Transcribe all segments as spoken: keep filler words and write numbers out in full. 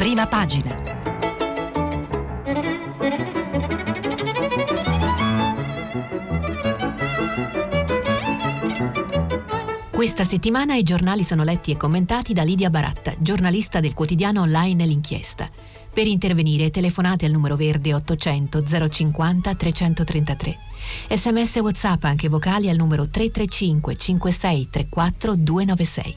Prima pagina. Questa settimana i giornali sono letti e commentati da Lidia Baratta, giornalista del quotidiano online L'Inchiesta. Per intervenire telefonate al numero verde ottocento zero cinquanta trecentotrentatré. Sms WhatsApp anche vocali al numero tre tre cinque cinque sei tre quattro due nove sei.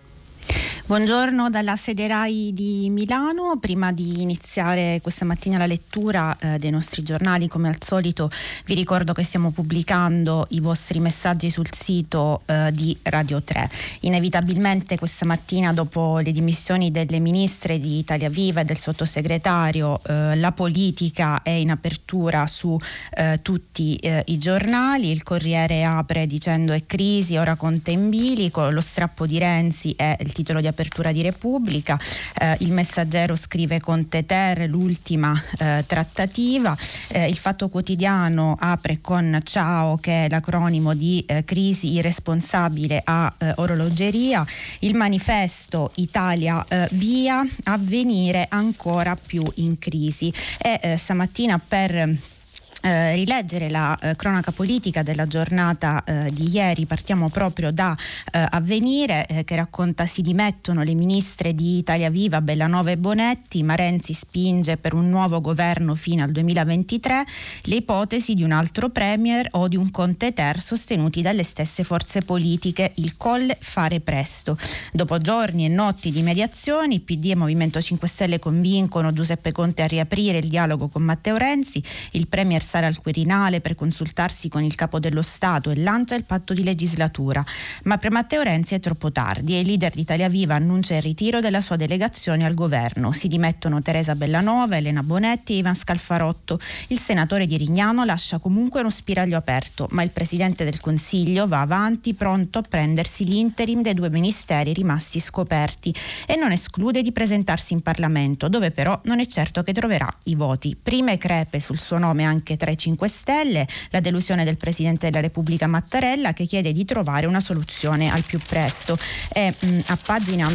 Buongiorno dalla sede RAI di Milano. Prima di iniziare questa mattina la lettura eh, dei nostri giornali, come al solito vi ricordo che stiamo pubblicando i vostri messaggi sul sito eh, di Radio tre. Inevitabilmente questa mattina, dopo le dimissioni delle ministre di Italia Viva e del sottosegretario, eh, la politica è in apertura su eh, tutti eh, i giornali. Il Corriere apre dicendo è crisi, ora Conte in bilico, lo strappo di Renzi è il titolo di apertura di Repubblica. Eh, il Messaggero scrive Conte Ter, l'ultima eh, trattativa. Eh, il Fatto Quotidiano apre con Ciao, che è l'acronimo di eh, crisi irresponsabile a eh, orologeria. Il Manifesto Italia eh, via, Avvenire ancora più in crisi. E eh, stamattina per Eh, rileggere la eh, cronaca politica della giornata eh, di ieri partiamo proprio da eh, Avvenire eh, che racconta: si dimettono le ministre di Italia Viva, Bellanova e Bonetti, ma Renzi spinge per un nuovo governo fino al duemilaventitré, le ipotesi di un altro premier o di un Conte Ter sostenuti dalle stesse forze politiche, il Colle fare presto. Dopo giorni e notti di mediazioni, P D e Movimento cinque Stelle convincono Giuseppe Conte a riaprire il dialogo con Matteo Renzi, il premier sarà al Quirinale per consultarsi con il capo dello Stato e lancia il patto di legislatura, ma per Matteo Renzi è troppo tardi e il leader di Italia Viva annuncia il ritiro della sua delegazione al governo. Si dimettono Teresa Bellanova, Elena Bonetti e Ivan Scalfarotto. Il senatore di Rignano lascia comunque uno spiraglio aperto, ma il presidente del Consiglio va avanti pronto a prendersi l'interim dei due ministeri rimasti scoperti e non esclude di presentarsi in Parlamento, dove però non è certo che troverà i voti. Prime crepe sul suo nome anche tra i cinque Stelle, la delusione del Presidente della Repubblica Mattarella, che chiede di trovare una soluzione al più presto. E mh, a pagina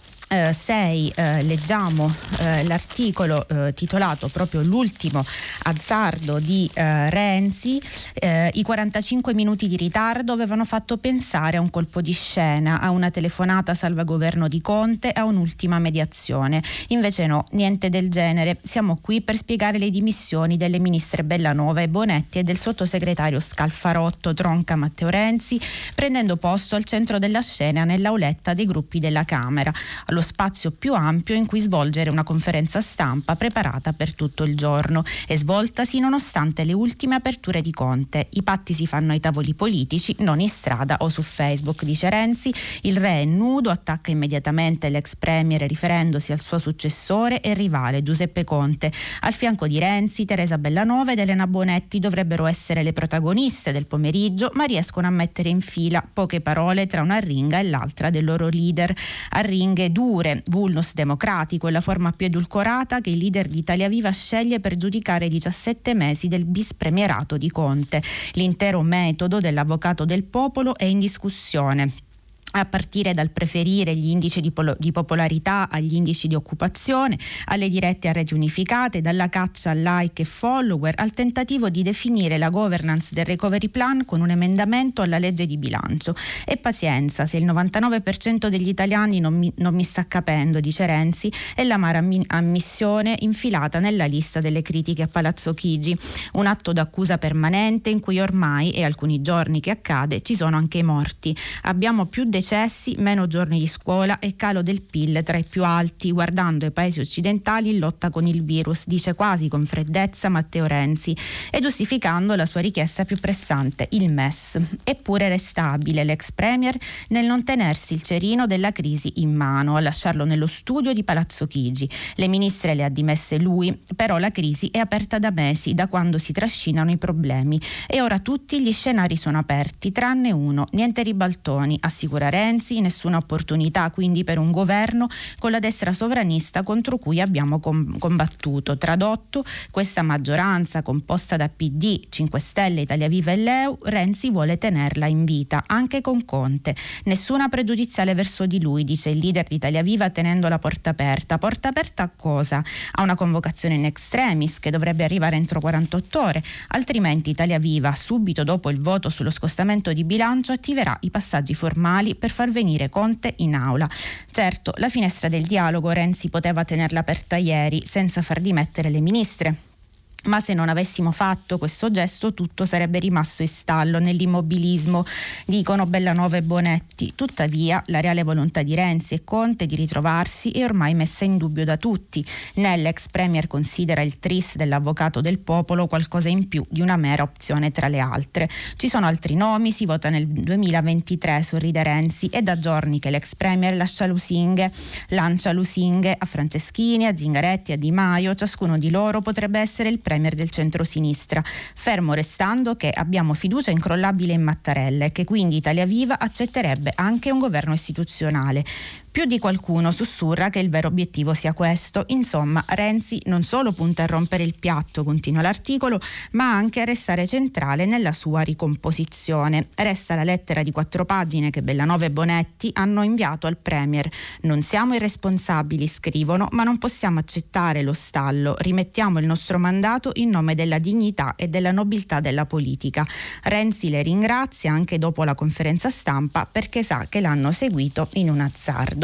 sei eh, leggiamo eh, l'articolo eh, titolato proprio L'ultimo azzardo di eh, Renzi. Eh, i quarantacinque minuti di ritardo avevano fatto pensare a un colpo di scena, a una telefonata salvagoverno di Conte, a un'ultima mediazione. Invece no, niente del genere. Siamo qui per spiegare le dimissioni delle ministre Bellanova e Bonetti e del sottosegretario Scalfarotto, tronca Matteo Renzi, prendendo posto al centro della scena nell'auletta dei gruppi della Camera, lo spazio più ampio in cui svolgere una conferenza stampa preparata per tutto il giorno e svoltasi nonostante le ultime aperture di Conte. I patti si fanno ai tavoli politici, non in strada o su Facebook, dice Renzi. Il re è nudo, attacca immediatamente l'ex premier riferendosi al suo successore e rivale Giuseppe Conte. Al fianco di Renzi, Teresa Bellanova ed Elena Bonetti dovrebbero essere le protagoniste del pomeriggio, ma riescono a mettere in fila poche parole tra una arringa e l'altra del loro leader. Arringhe due vulnus democratico è la forma più edulcorata che il leader di Italia Viva sceglie per giudicare i diciassette mesi del bis premierato di Conte. L'intero metodo dell'avvocato del popolo è in discussione, a partire dal preferire gli indici di, polo- di popolarità agli indici di occupazione, alle dirette a reti unificate, dalla caccia a like e follower, al tentativo di definire la governance del recovery plan con un emendamento alla legge di bilancio. E pazienza, se il novantanove per cento degli italiani non mi, non mi sta capendo, dice Renzi, è l'amara ammi- ammissione infilata nella lista delle critiche a Palazzo Chigi, un atto d'accusa permanente in cui ormai, è alcuni giorni che accade, ci sono anche i morti. Abbiamo più decessi, meno giorni di scuola e calo del P I L tra i più alti, guardando i paesi occidentali in lotta con il virus, dice quasi con freddezza Matteo Renzi, e giustificando la sua richiesta più pressante, il M E S. Eppure era stabile l'ex premier nel non tenersi il cerino della crisi in mano, a lasciarlo nello studio di Palazzo Chigi. Le ministre le ha dimesse lui, però la crisi è aperta da mesi, da quando si trascinano i problemi, e ora tutti gli scenari sono aperti, tranne uno, niente ribaltoni, assicura Renzi, nessuna opportunità quindi per un governo con la destra sovranista contro cui abbiamo com- combattuto. Tradotto, questa maggioranza composta da P D, cinque Stelle, Italia Viva e L E U, Renzi vuole tenerla in vita, anche con Conte. Nessuna pregiudiziale verso di lui, dice il leader di Italia Viva tenendo la porta aperta. Porta aperta a cosa? A una convocazione in extremis che dovrebbe arrivare entro quarantotto ore, altrimenti Italia Viva, subito dopo il voto sullo scostamento di bilancio, attiverà i passaggi formali per far venire Conte in aula. Certo, la finestra del dialogo Renzi poteva tenerla aperta ieri senza far dimettere le ministre. Ma se non avessimo fatto questo gesto tutto sarebbe rimasto in stallo nell'immobilismo, dicono Bellanova e Bonetti. Tuttavia la reale volontà di Renzi e Conte di ritrovarsi è ormai messa in dubbio da tutti. Né l'ex premier considera il tris dell'avvocato del popolo qualcosa in più di una mera opzione tra le altre. Ci sono altri nomi, si vota nel duemilaventitré, sorride Renzi, è da giorni che l'ex premier lascia lusinghe, lancia lusinghe a Franceschini, a Zingaretti, a Di Maio. Ciascuno di loro potrebbe essere il premier del centrosinistra, fermo restando che abbiamo fiducia incrollabile in Mattarella e che quindi Italia Viva accetterebbe anche un governo istituzionale. Più di qualcuno sussurra che il vero obiettivo sia questo. Insomma, Renzi non solo punta a rompere il piatto, continua l'articolo, ma anche a restare centrale nella sua ricomposizione. Resta la lettera di quattro pagine che Bellanova e Bonetti hanno inviato al Premier. Non siamo irresponsabili, scrivono, ma non possiamo accettare lo stallo. Rimettiamo il nostro mandato in nome della dignità e della nobiltà della politica. Renzi le ringrazia anche dopo la conferenza stampa perché sa che l'hanno seguito in un azzardo.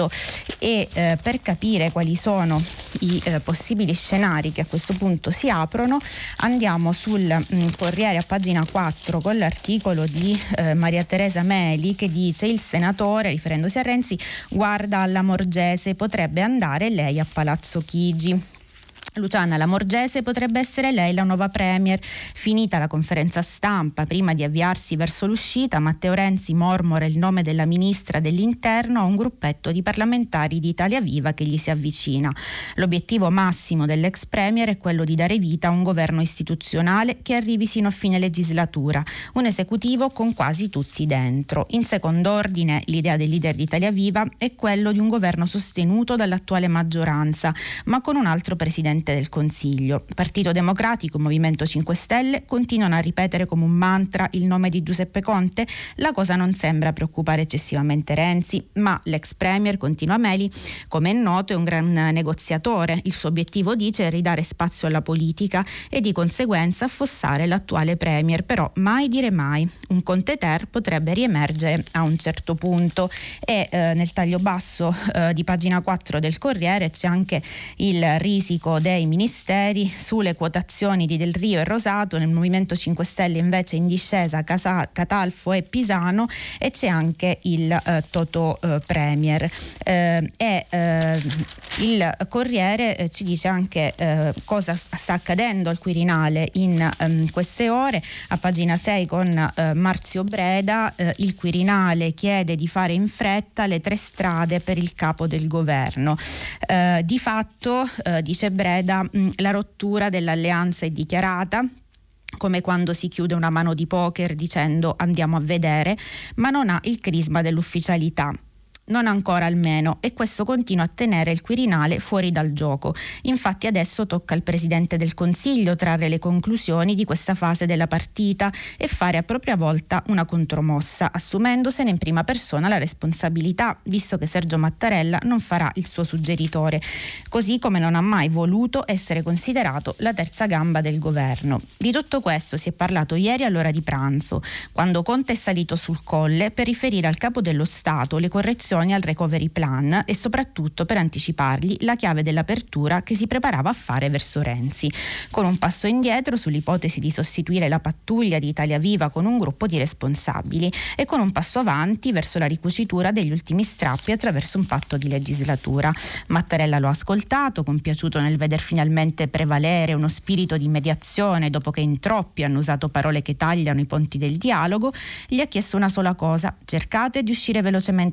E eh, per capire quali sono i eh, possibili scenari che a questo punto si aprono andiamo sul mh, Corriere a pagina quattro con l'articolo di eh, Maria Teresa Meli che dice: il senatore, riferendosi a Renzi, guarda alla Morgese, potrebbe andare lei a Palazzo Chigi. Luciana Lamorgese potrebbe essere lei la nuova premier. Finita la conferenza stampa, prima di avviarsi verso l'uscita, Matteo Renzi mormora il nome della ministra dell'Interno a un gruppetto di parlamentari di Italia Viva che gli si avvicina. L'obiettivo massimo dell'ex premier è quello di dare vita a un governo istituzionale che arrivi sino a fine legislatura, un esecutivo con quasi tutti dentro. In secondo ordine, l'idea del leader di Italia Viva è quello di un governo sostenuto dall'attuale maggioranza, ma con un altro presidente del Consiglio. Partito Democratico e Movimento cinque Stelle continuano a ripetere come un mantra il nome di Giuseppe Conte. La cosa non sembra preoccupare eccessivamente Renzi, ma l'ex premier, continua Meli, come è noto è un gran negoziatore. Il suo obiettivo, dice, è ridare spazio alla politica e di conseguenza affossare l'attuale premier, però mai dire mai. Un Conte ter potrebbe riemergere a un certo punto. E eh, nel taglio basso eh, di pagina quattro del Corriere c'è anche il risico dei ministeri sulle quotazioni di Del Rio e Rosato. Nel Movimento cinque Stelle invece in discesa Casa, Catalfo e Pisano, e c'è anche il eh, Totò eh, Premier. Eh, e eh, il Corriere eh, ci dice anche eh, cosa sta accadendo al Quirinale in ehm, queste ore. A pagina sei con eh, Marzio Breda, eh, il Quirinale chiede di fare in fretta le tre strade per il capo del governo. Eh, di fatto, eh, dice Breda, la rottura dell'alleanza è dichiarata, come quando si chiude una mano di poker dicendo andiamo a vedere, ma non ha il crisma dell'ufficialità. Non ancora almeno, e questo continua a tenere il Quirinale fuori dal gioco. Infatti adesso tocca al Presidente del Consiglio trarre le conclusioni di questa fase della partita e fare a propria volta una contromossa, assumendosene in prima persona la responsabilità, visto che Sergio Mattarella non farà il suo suggeritore, così come non ha mai voluto essere considerato la terza gamba del governo. Di tutto questo si è parlato ieri all'ora di pranzo, quando Conte è salito sul Colle per riferire al Capo dello Stato le correzioni al recovery plan e soprattutto per anticipargli la chiave dell'apertura che si preparava a fare verso Renzi, con un passo indietro sull'ipotesi di sostituire la pattuglia di Italia Viva con un gruppo di responsabili e con un passo avanti verso la ricucitura degli ultimi strappi attraverso un patto di legislatura. Mattarella lo ha ascoltato, compiaciuto nel veder finalmente prevalere uno spirito di mediazione dopo che in troppi hanno usato parole che tagliano i ponti del dialogo. Gli ha chiesto una sola cosa: cercate di uscire velocemente dalla condizione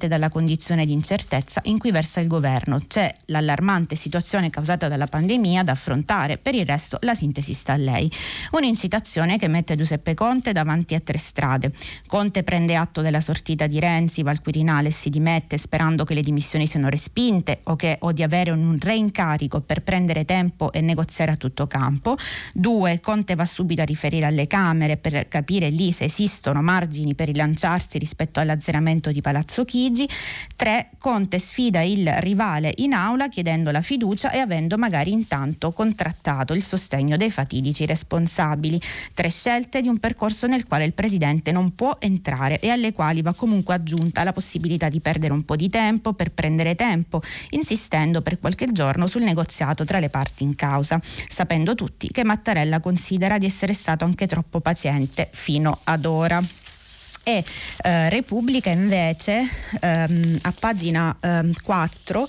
condizione di incertezza in cui versa il governo. C'è l'allarmante situazione causata dalla pandemia da affrontare, per il resto la sintesi sta a lei. Un'incitazione che mette Giuseppe Conte davanti a tre strade. Conte prende atto della sortita di Renzi, va al Quirinale e si dimette sperando che le dimissioni siano respinte o, che, o di avere un reincarico per prendere tempo e negoziare a tutto campo. Due, Conte va subito a riferire alle Camere per capire lì se esistono margini per rilanciarsi rispetto all'azzeramento di Palazzo Chigi. Tre, Conte sfida il rivale in aula chiedendo la fiducia e avendo magari intanto contrattato il sostegno dei fatidici responsabili. Tre scelte di un percorso nel quale il Presidente non può entrare e alle quali va comunque aggiunta la possibilità di perdere un po' di tempo per prendere tempo, insistendo per qualche giorno sul negoziato tra le parti in causa, sapendo tutti che Mattarella considera di essere stato anche troppo paziente fino ad ora. E eh, Repubblica invece ehm, a pagina ehm, quattro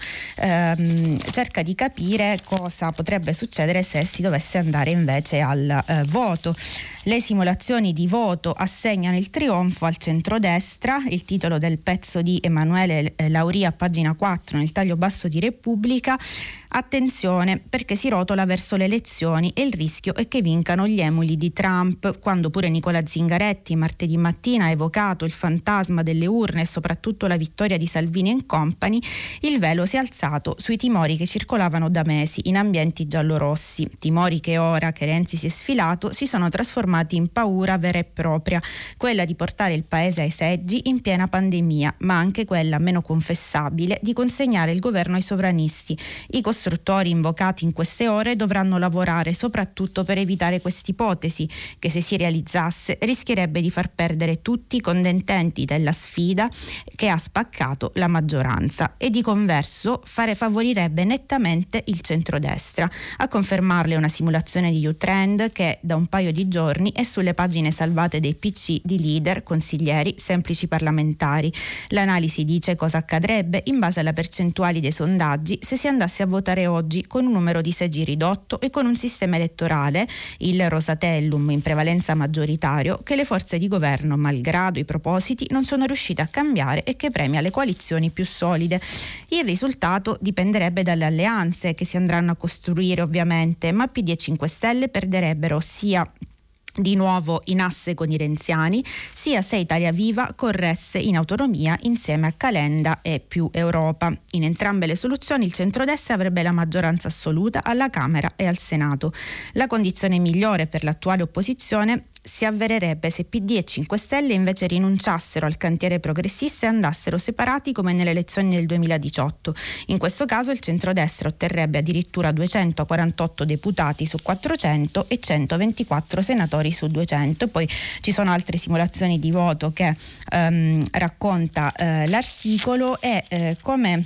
ehm, cerca di capire cosa potrebbe succedere se si dovesse andare invece al eh, voto. Le simulazioni di voto assegnano il trionfo al centrodestra, il titolo del pezzo di Emanuele Lauria a pagina quattro nel taglio basso di Repubblica. Attenzione, perché si rotola verso le elezioni e il rischio è che vincano gli emuli di Trump, quando pure Nicola Zingaretti martedì mattina ha evocato il fantasma delle urne e soprattutto la vittoria di Salvini and Company. Il velo si è alzato sui timori che circolavano da mesi in ambienti giallorossi, timori che ora che Renzi si è sfilato si sono trasformati in paura vera e propria, quella di portare il paese ai seggi in piena pandemia, ma anche quella meno confessabile di consegnare il governo ai sovranisti. I costruttori invocati in queste ore dovranno lavorare soprattutto per evitare quest'ipotesi, che se si realizzasse rischierebbe di far perdere tutti i contendenti della sfida che ha spaccato la maggioranza e di converso fare favorirebbe nettamente il centrodestra. A confermarle una simulazione di U-Trend che da un paio di giorni è sulle pagine salvate dei P C di leader, consiglieri, semplici parlamentari. L'analisi dice cosa accadrebbe in base alle percentuali dei sondaggi se si andasse a votare oggi con un numero di seggi ridotto e con un sistema elettorale, il Rosatellum in prevalenza maggioritario, che le forze di governo, malgrado i propositi, non sono riuscite a cambiare e che premia le coalizioni più solide. Il risultato dipenderebbe dalle alleanze che si andranno a costruire ovviamente, ma P D e cinque Stelle perderebbero sia di nuovo in asse con i renziani, sia se Italia Viva corresse in autonomia insieme a Calenda e più Europa. In entrambe le soluzioni il centrodestra avrebbe la maggioranza assoluta alla Camera e al Senato. La condizione migliore per l'attuale opposizione si avvererebbe se P D e cinque Stelle invece rinunciassero al cantiere progressista e andassero separati come nelle elezioni del duemiladiciotto. In questo caso il centrodestra otterrebbe addirittura duecentoquarantotto deputati su quattrocento e centoventiquattro senatori su duecento. E poi ci sono altre simulazioni di voto che ehm, racconta eh, l'articolo e eh, come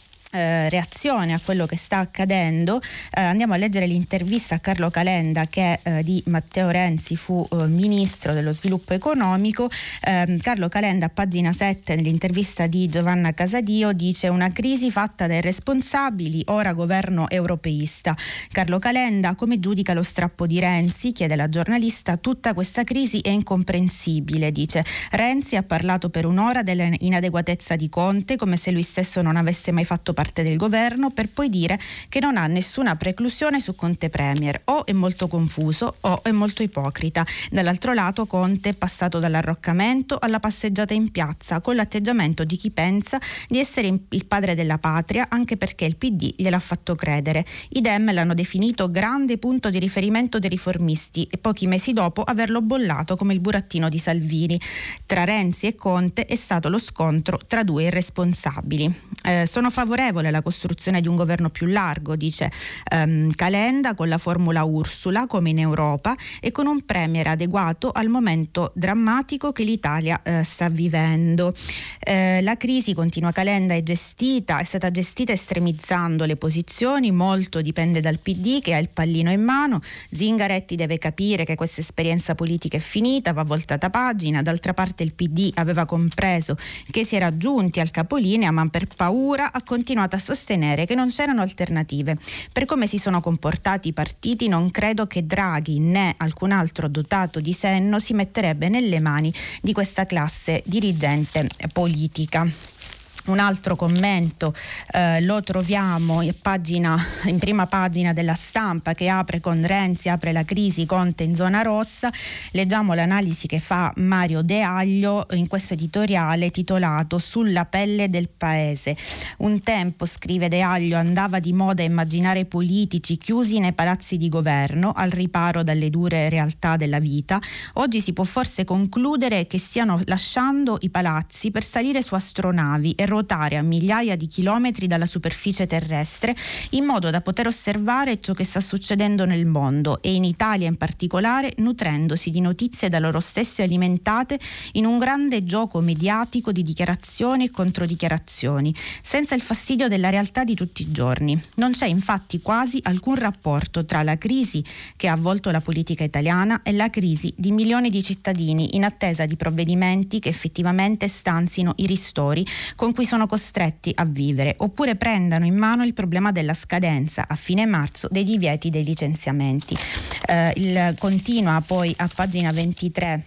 Eh, reazione a quello che sta accadendo eh, andiamo a leggere l'intervista a Carlo Calenda che eh, di Matteo Renzi fu eh, ministro dello sviluppo economico. eh, Carlo Calenda a pagina sette nell'intervista di Giovanna Casadio dice: una crisi fatta dai responsabili, ora governo europeista. Carlo Calenda: come giudica lo strappo di Renzi? Chiede la giornalista. Tutta questa crisi è incomprensibile, dice. Renzi ha parlato per un'ora dell'inadeguatezza di Conte come se lui stesso non avesse mai fatto parte del governo, per poi dire che non ha nessuna preclusione su Conte Premier. O è molto confuso o è molto ipocrita. Dall'altro lato Conte è passato dall'arroccamento alla passeggiata in piazza con l'atteggiamento di chi pensa di essere il padre della patria, anche perché il P D gliel'ha fatto credere. I Dem l'hanno definito grande punto di riferimento dei riformisti e pochi mesi dopo averlo bollato come il burattino di Salvini. Tra Renzi e Conte è stato lo scontro tra due irresponsabili. Eh, sono favorevole alla costruzione di un governo più largo, dice um, Calenda, con la formula Ursula come in Europa e con un premier adeguato al momento drammatico che l'Italia uh, sta vivendo. Uh, la crisi, continua Calenda, è gestita, è stata gestita estremizzando le posizioni, molto dipende dal P D che ha il pallino in mano. Zingaretti deve capire che questa esperienza politica è finita, va voltata pagina. D'altra parte il P D aveva compreso che si era giunti al capolinea, ma per paura ha continuato a sostenere che non c'erano alternative. Per come si sono comportati i partiti, non credo che Draghi né alcun altro dotato di senno si metterebbe nelle mani di questa classe dirigente politica. Un altro commento eh, lo troviamo in, pagina, in prima pagina della Stampa, che apre con Renzi, apre la crisi, Conte in zona rossa. Leggiamo l'analisi che fa Mario De Aglio in questo editoriale titolato Sulla pelle del paese. Un tempo, scrive De Aglio, andava di moda immaginare politici chiusi nei palazzi di governo al riparo dalle dure realtà della vita. Oggi si può forse concludere che stiano lasciando i palazzi per salire su astronavi e ruotare a migliaia di chilometri dalla superficie terrestre in modo da poter osservare ciò che sta succedendo nel mondo e in Italia in particolare, nutrendosi di notizie da loro stesse alimentate in un grande gioco mediatico di dichiarazioni e controdichiarazioni, senza il fastidio della realtà di tutti i giorni. Non c'è infatti quasi alcun rapporto tra la crisi che ha avvolto la politica italiana e la crisi di milioni di cittadini in attesa di provvedimenti che effettivamente stanzino i ristori con cui sono costretti a vivere, oppure prendano in mano il problema della scadenza a fine marzo dei divieti dei licenziamenti. Eh, il continua poi a pagina ventitré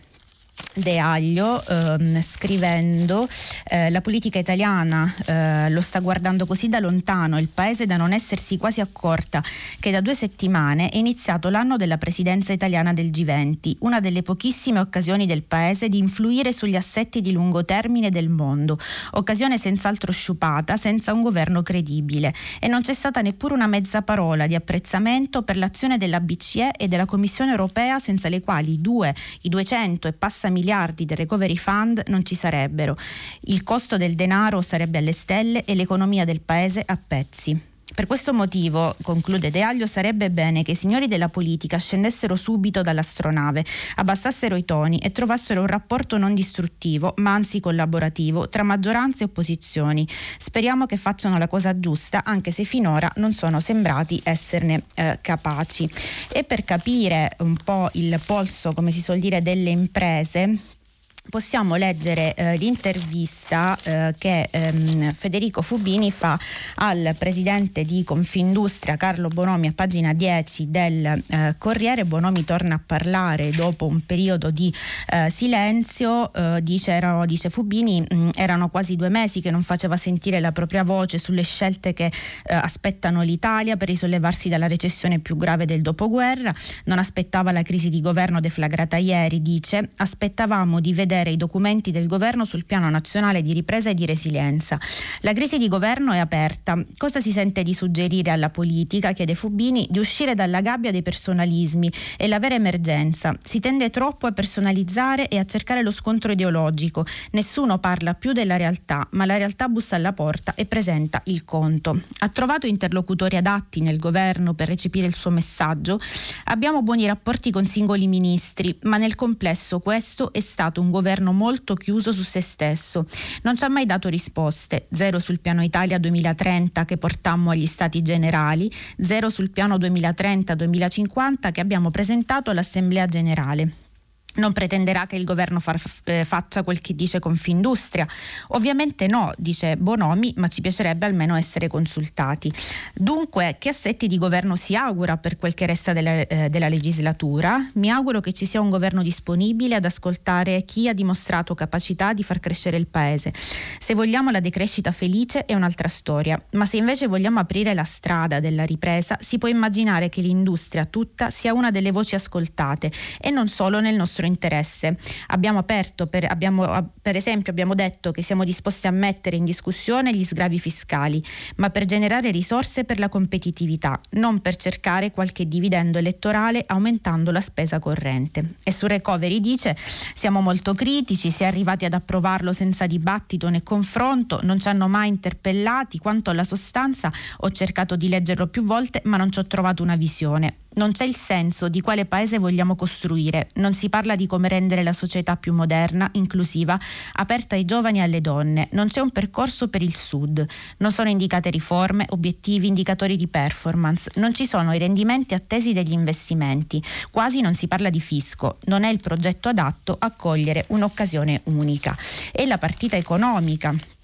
De Aglio ehm, scrivendo eh, la politica italiana eh, lo sta guardando così da lontano il paese da non essersi quasi accorta che da due settimane è iniziato l'anno della presidenza italiana del G venti, una delle pochissime occasioni del paese di influire sugli assetti di lungo termine del mondo, occasione senz'altro sciupata senza un governo credibile, e non c'è stata neppure una mezza parola di apprezzamento per l'azione della B C E e della Commissione europea, senza le quali due, i duecento e passa miliardi del Recovery Fund non ci sarebbero. Il costo del denaro sarebbe alle stelle e l'economia del paese a pezzi. Per questo motivo, conclude De Aglio, sarebbe bene che i signori della politica scendessero subito dall'astronave, abbassassero i toni e trovassero un rapporto non distruttivo, ma anzi collaborativo, tra maggioranze e opposizioni. Speriamo che facciano la cosa giusta, anche se finora non sono sembrati esserne eh, capaci. E per capire un po' il polso, come si suol dire, delle imprese, possiamo leggere eh, l'intervista eh, che ehm, Federico Fubini fa al presidente di Confindustria Carlo Bonomi a pagina dieci del eh, Corriere. Bonomi torna a parlare dopo un periodo di eh, silenzio, eh, dice, era, dice Fubini, mh, erano quasi due mesi che non faceva sentire la propria voce sulle scelte che eh, aspettano l'Italia per risollevarsi dalla recessione più grave del dopoguerra. Non aspettava la crisi di governo deflagrata ieri, dice, aspettavamo di vedere i documenti del governo sul piano nazionale di ripresa e di resilienza. La crisi di governo è aperta. Cosa si sente di suggerire alla politica, chiede Fubini, di uscire dalla gabbia dei personalismi e la vera emergenza. Si tende troppo a personalizzare e a cercare lo scontro ideologico. Nessuno parla più della realtà, ma la realtà bussa alla porta e presenta il conto. Ha trovato interlocutori adatti nel governo per recepire il suo messaggio? Abbiamo buoni rapporti con singoli ministri, ma nel complesso questo è stato un governo molto chiuso su se stesso. Non ci ha mai dato risposte. Zero sul piano Italia duemilatrenta che portammo agli Stati Generali, zero sul piano duemilatrenta duemilacinquanta che abbiamo presentato all'Assemblea Generale. Non pretenderà che il governo far, eh, faccia quel che dice Confindustria? Ovviamente no, dice Bonomi, ma ci piacerebbe almeno essere consultati. Dunque, che assetti di governo si augura per quel che resta della, eh, della legislatura? Mi auguro che ci sia un governo disponibile ad ascoltare chi ha dimostrato capacità di far crescere il paese. Se vogliamo la decrescita felice è un'altra storia, ma se invece vogliamo aprire la strada della ripresa, si può immaginare che l'industria tutta sia una delle voci ascoltate e non solo nel nostro interesse. Abbiamo aperto, per, abbiamo, per esempio abbiamo detto che siamo disposti a mettere in discussione gli sgravi fiscali, ma per generare risorse per la competitività, non per cercare qualche dividendo elettorale aumentando la spesa corrente. E sul recovery dice: siamo molto critici, si è arrivati ad approvarlo senza dibattito né confronto, non ci hanno mai interpellati, quanto alla sostanza ho cercato di leggerlo più volte ma non ci ho trovato una visione. Non c'è il senso di quale paese vogliamo costruire, non si parla di come rendere la società più moderna, inclusiva, aperta ai giovani e alle donne, non c'è un percorso per il Sud, non sono indicate riforme, obiettivi, indicatori di performance, non ci sono i rendimenti attesi degli investimenti, quasi non si parla di fisco, non è il progetto adatto a cogliere un'occasione unica. E la partita economica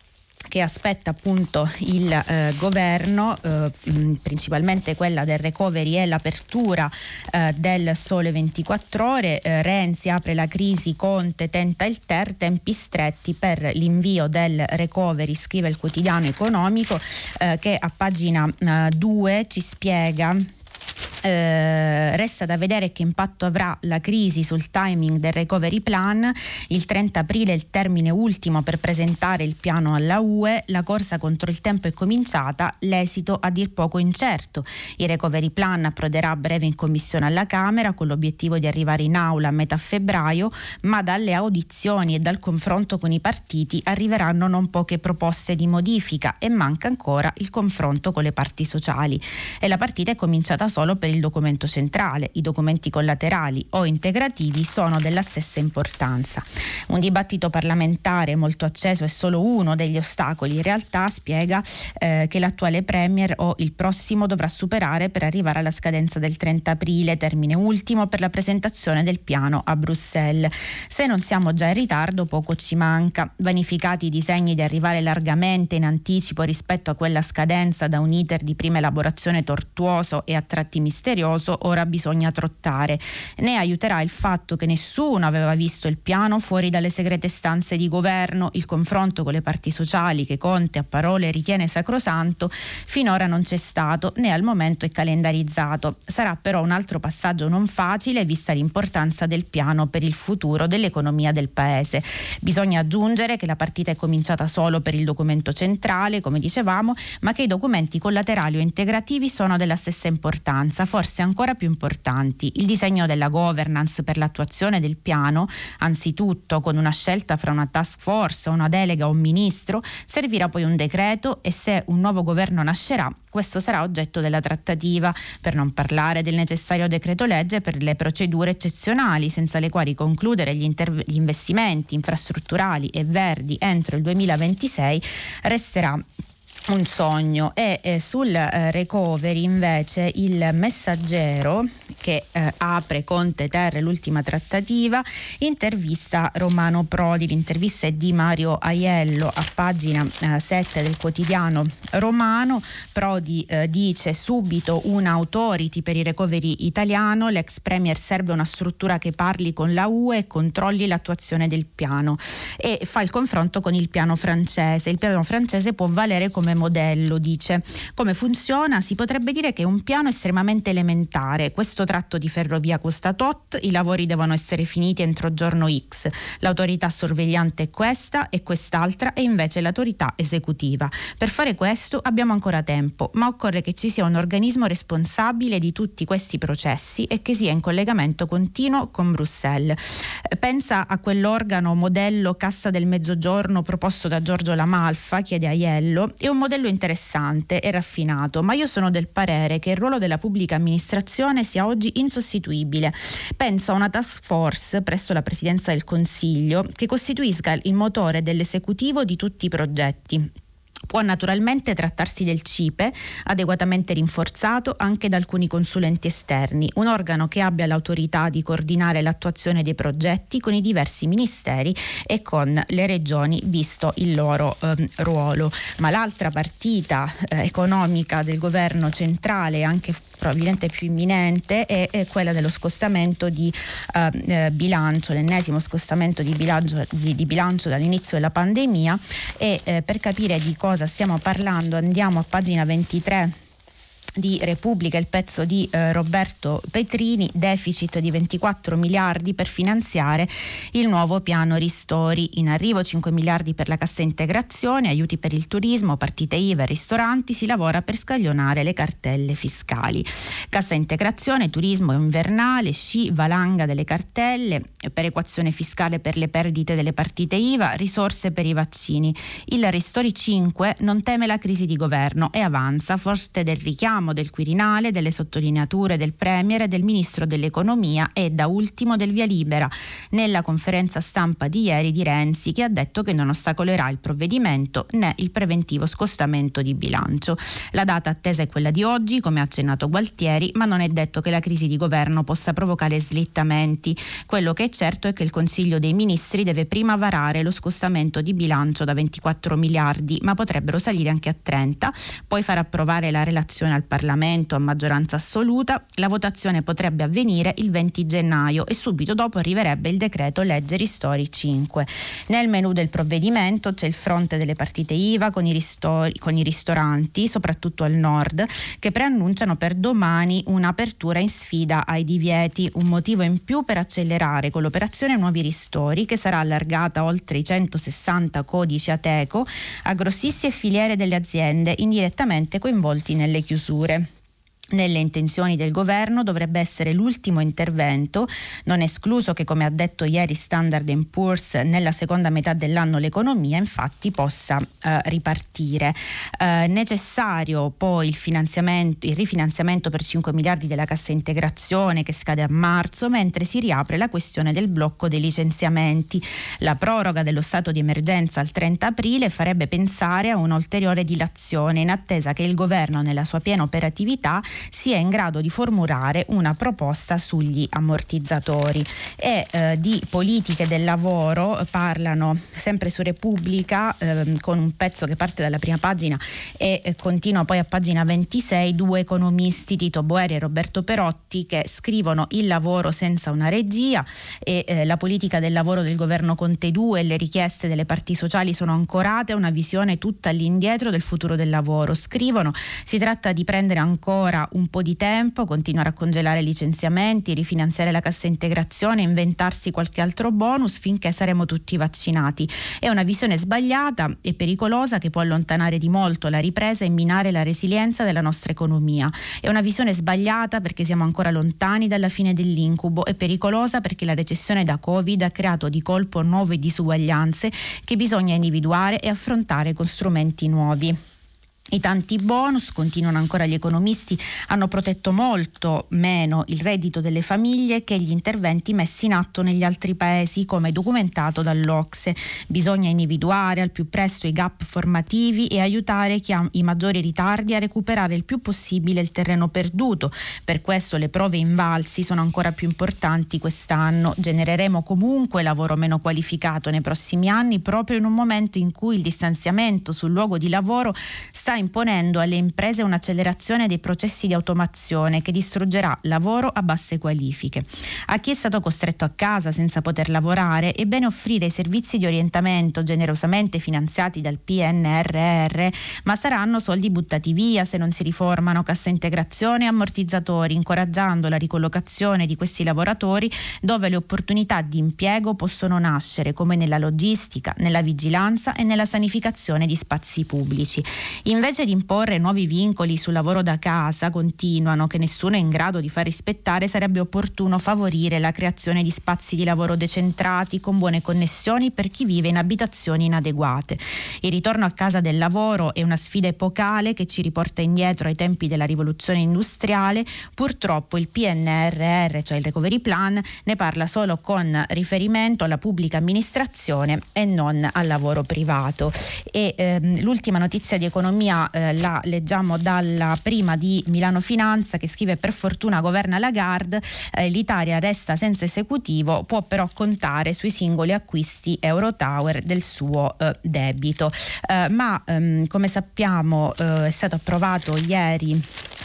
che aspetta appunto il eh, governo, eh, principalmente quella del recovery e l'apertura eh, del Sole ventiquattro Ore. eh, Renzi apre la crisi, Conte tenta il ter, tempi stretti per l'invio del recovery, scrive il quotidiano economico, eh, che a pagina due ci spiega. Eh, resta da vedere che impatto avrà la crisi sul timing del recovery plan. Il trenta aprile è il termine ultimo per presentare il piano alla U E. La corsa contro il tempo è cominciata, l'esito a dir poco incerto. Il recovery plan approderà a breve in commissione alla Camera con l'obiettivo di arrivare in aula a metà febbraio, ma dalle audizioni e dal confronto con i partiti arriveranno non poche proposte di modifica e manca ancora il confronto con le parti sociali. E la partita è cominciata solo per il documento centrale. I documenti collaterali o integrativi sono della stessa importanza. Un dibattito parlamentare molto acceso è solo uno degli ostacoli. In realtà spiega eh, che l'attuale Premier o il prossimo dovrà superare per arrivare alla scadenza del trenta aprile, termine ultimo per la presentazione del piano a Bruxelles. Se non siamo già in ritardo, poco ci manca. Vanificati i disegni di arrivare largamente in anticipo rispetto a quella scadenza da un iter di prima elaborazione tortuoso e a tratti misterioso, ora bisogna trottare. Ne aiuterà il fatto che nessuno aveva visto il piano fuori dalle segrete stanze di governo. Il confronto con le parti sociali, che Conte a parole ritiene sacrosanto, finora non c'è stato, né al momento è calendarizzato. Sarà però un altro passaggio non facile, vista l'importanza del piano per il futuro dell'economia del paese. Bisogna aggiungere che la partita è cominciata solo per il documento centrale, come dicevamo, ma che i documenti collaterali o integrativi sono della stessa importanza, forse ancora più importanti. Il disegno della governance per l'attuazione del piano, anzitutto con una scelta fra una task force, una delega o un ministro, servirà poi un decreto e se un nuovo governo nascerà, questo sarà oggetto della trattativa, per non parlare del necessario decreto legge per le procedure eccezionali, senza le quali concludere gli, interv- gli investimenti infrastrutturali e verdi entro il duemilaventisei resterà un sogno. E eh, sul eh, recovery invece il Messaggero, che eh, apre Conte Ter l'ultima trattativa, intervista Romano Prodi. L'intervista è di Mario Aiello a pagina eh, sette del quotidiano romano. Prodi eh, dice subito una authority per il recovery italiano, l'ex premier serve una struttura che parli con la U E e controlli l'attuazione del piano, e fa il confronto con il piano francese. Il piano francese può valere come modello, dice. Come funziona? Si potrebbe dire che è un piano estremamente elementare. Questo tratto di ferrovia costa tot, i lavori devono essere finiti entro giorno X, l'autorità sorvegliante è questa e quest'altra e invece l'autorità esecutiva. Per fare questo abbiamo ancora tempo, ma occorre che ci sia un organismo responsabile di tutti questi processi e che sia in collegamento continuo con Bruxelles. Pensa a quell'organo modello Cassa del Mezzogiorno proposto da Giorgio Lamalfa, chiede Aiello. È un modello interessante e raffinato, ma io sono del parere che il ruolo della pubblica amministrazione sia oggi insostituibile. Penso a una task force presso la Presidenza del Consiglio che costituisca il motore dell'esecutivo di tutti i progetti. Può naturalmente trattarsi del C I P E, adeguatamente rinforzato anche da alcuni consulenti esterni, un organo che abbia l'autorità di coordinare l'attuazione dei progetti con i diversi ministeri e con le regioni, visto il loro ehm, ruolo. Ma l'altra partita eh, economica del governo centrale, anche probabilmente più imminente, è, è quella dello scostamento di eh, eh, bilancio, l'ennesimo scostamento di bilancio, di, di bilancio dall'inizio della pandemia. E eh, per capire di cosa stiamo parlando andiamo a pagina ventitré di Repubblica, il pezzo di eh, Roberto Petrini, deficit di ventiquattro miliardi per finanziare il nuovo piano ristori, in arrivo cinque miliardi per la cassa integrazione, aiuti per il turismo, partite I V A e ristoranti, si lavora per scaglionare le cartelle fiscali. Cassa integrazione, turismo invernale, sci, valanga delle cartelle, perequazione fiscale per le perdite delle partite I V A, risorse per i vaccini. Il Ristori cinque non teme la crisi di governo e avanza, forte del richiamo parlammo del Quirinale, delle sottolineature del Premier e del Ministro dell'Economia e da ultimo del via libera nella conferenza stampa di ieri di Renzi, che ha detto che non ostacolerà il provvedimento né il preventivo scostamento di bilancio. La data attesa è quella di oggi, come ha accennato Gualtieri, ma non è detto che la crisi di governo possa provocare slittamenti. Quello che è certo è che il Consiglio dei Ministri deve prima varare lo scostamento di bilancio da ventiquattro miliardi, ma potrebbero salire anche a trenta, poi far approvare la relazione al Parlamento a maggioranza assoluta. La votazione potrebbe avvenire il venti gennaio e subito dopo arriverebbe il decreto legge ristori cinque. Nel menù del provvedimento c'è il fronte delle partite I V A con i, ristori, con i ristoranti, soprattutto al nord, che preannunciano per domani un'apertura in sfida ai divieti, un motivo in più per accelerare con l'operazione Nuovi Ristori, che sarà allargata oltre i centosessanta codici Ateco a grossisti e filiere delle aziende indirettamente coinvolti nelle chiusure. Nelle intenzioni del governo dovrebbe essere l'ultimo intervento, non è escluso che, come ha detto ieri Standard and Poor's, nella seconda metà dell'anno l'economia infatti possa eh, ripartire. Eh, necessario poi il finanziamento, il rifinanziamento per cinque miliardi della cassa integrazione che scade a marzo, mentre si riapre la questione del blocco dei licenziamenti. La proroga dello stato di emergenza al trenta aprile farebbe pensare a un'ulteriore dilazione, in attesa che il governo nella sua piena operatività sia in grado di formulare una proposta sugli ammortizzatori. E eh, di politiche del lavoro parlano sempre su Repubblica eh, con un pezzo che parte dalla prima pagina e eh, continua poi a pagina ventisei, due economisti, Tito Boeri e Roberto Perotti, che scrivono il lavoro senza una regia e eh, la politica del lavoro del governo Conte due e le richieste delle parti sociali sono ancorate a una visione tutta all'indietro del futuro del lavoro. Scrivono: si tratta di prendere ancora un po' di tempo, continuare a congelare licenziamenti, rifinanziare la cassa integrazione, inventarsi qualche altro bonus finché saremo tutti vaccinati. È una visione sbagliata e pericolosa che può allontanare di molto la ripresa e minare la resilienza della nostra economia. È una visione sbagliata perché siamo ancora lontani dalla fine dell'incubo, e pericolosa perché la recessione da Covid ha creato di colpo nuove disuguaglianze che bisogna individuare e affrontare con strumenti nuovi. I tanti bonus, continuano ancora gli economisti, hanno protetto molto meno il reddito delle famiglie che gli interventi messi in atto negli altri paesi, come documentato dall'Ocse. Bisogna individuare al più presto i gap formativi e aiutare chi ha i maggiori ritardi a recuperare il più possibile il terreno perduto. Per questo le prove invalsi sono ancora più importanti quest'anno. Genereremo comunque lavoro meno qualificato nei prossimi anni, proprio in un momento in cui il distanziamento sul luogo di lavoro sta imponendo alle imprese un'accelerazione dei processi di automazione che distruggerà lavoro a basse qualifiche. A chi è stato costretto a casa senza poter lavorare è bene offrire i servizi di orientamento generosamente finanziati dal P N R R, ma saranno soldi buttati via se non si riformano cassa integrazione e ammortizzatori, incoraggiando la ricollocazione di questi lavoratori dove le opportunità di impiego possono nascere, come nella logistica, nella vigilanza e nella sanificazione di spazi pubblici. Invece di imporre nuovi vincoli sul lavoro da casa, continuano, che nessuno è in grado di far rispettare, sarebbe opportuno favorire la creazione di spazi di lavoro decentrati con buone connessioni per chi vive in abitazioni inadeguate. Il ritorno a casa del lavoro è una sfida epocale che ci riporta indietro ai tempi della rivoluzione industriale. Purtroppo il P N R R, cioè il Recovery Plan, ne parla solo con riferimento alla pubblica amministrazione e non al lavoro privato. E ehm, l'ultima notizia di economia eh, la leggiamo dalla prima di Milano Finanza, che scrive: per fortuna governa Lagarde, eh, l'Italia resta senza esecutivo, può però contare sui singoli acquisti Eurotower del suo eh, debito. Eh, ma ehm, come sappiamo eh, è stato approvato ieri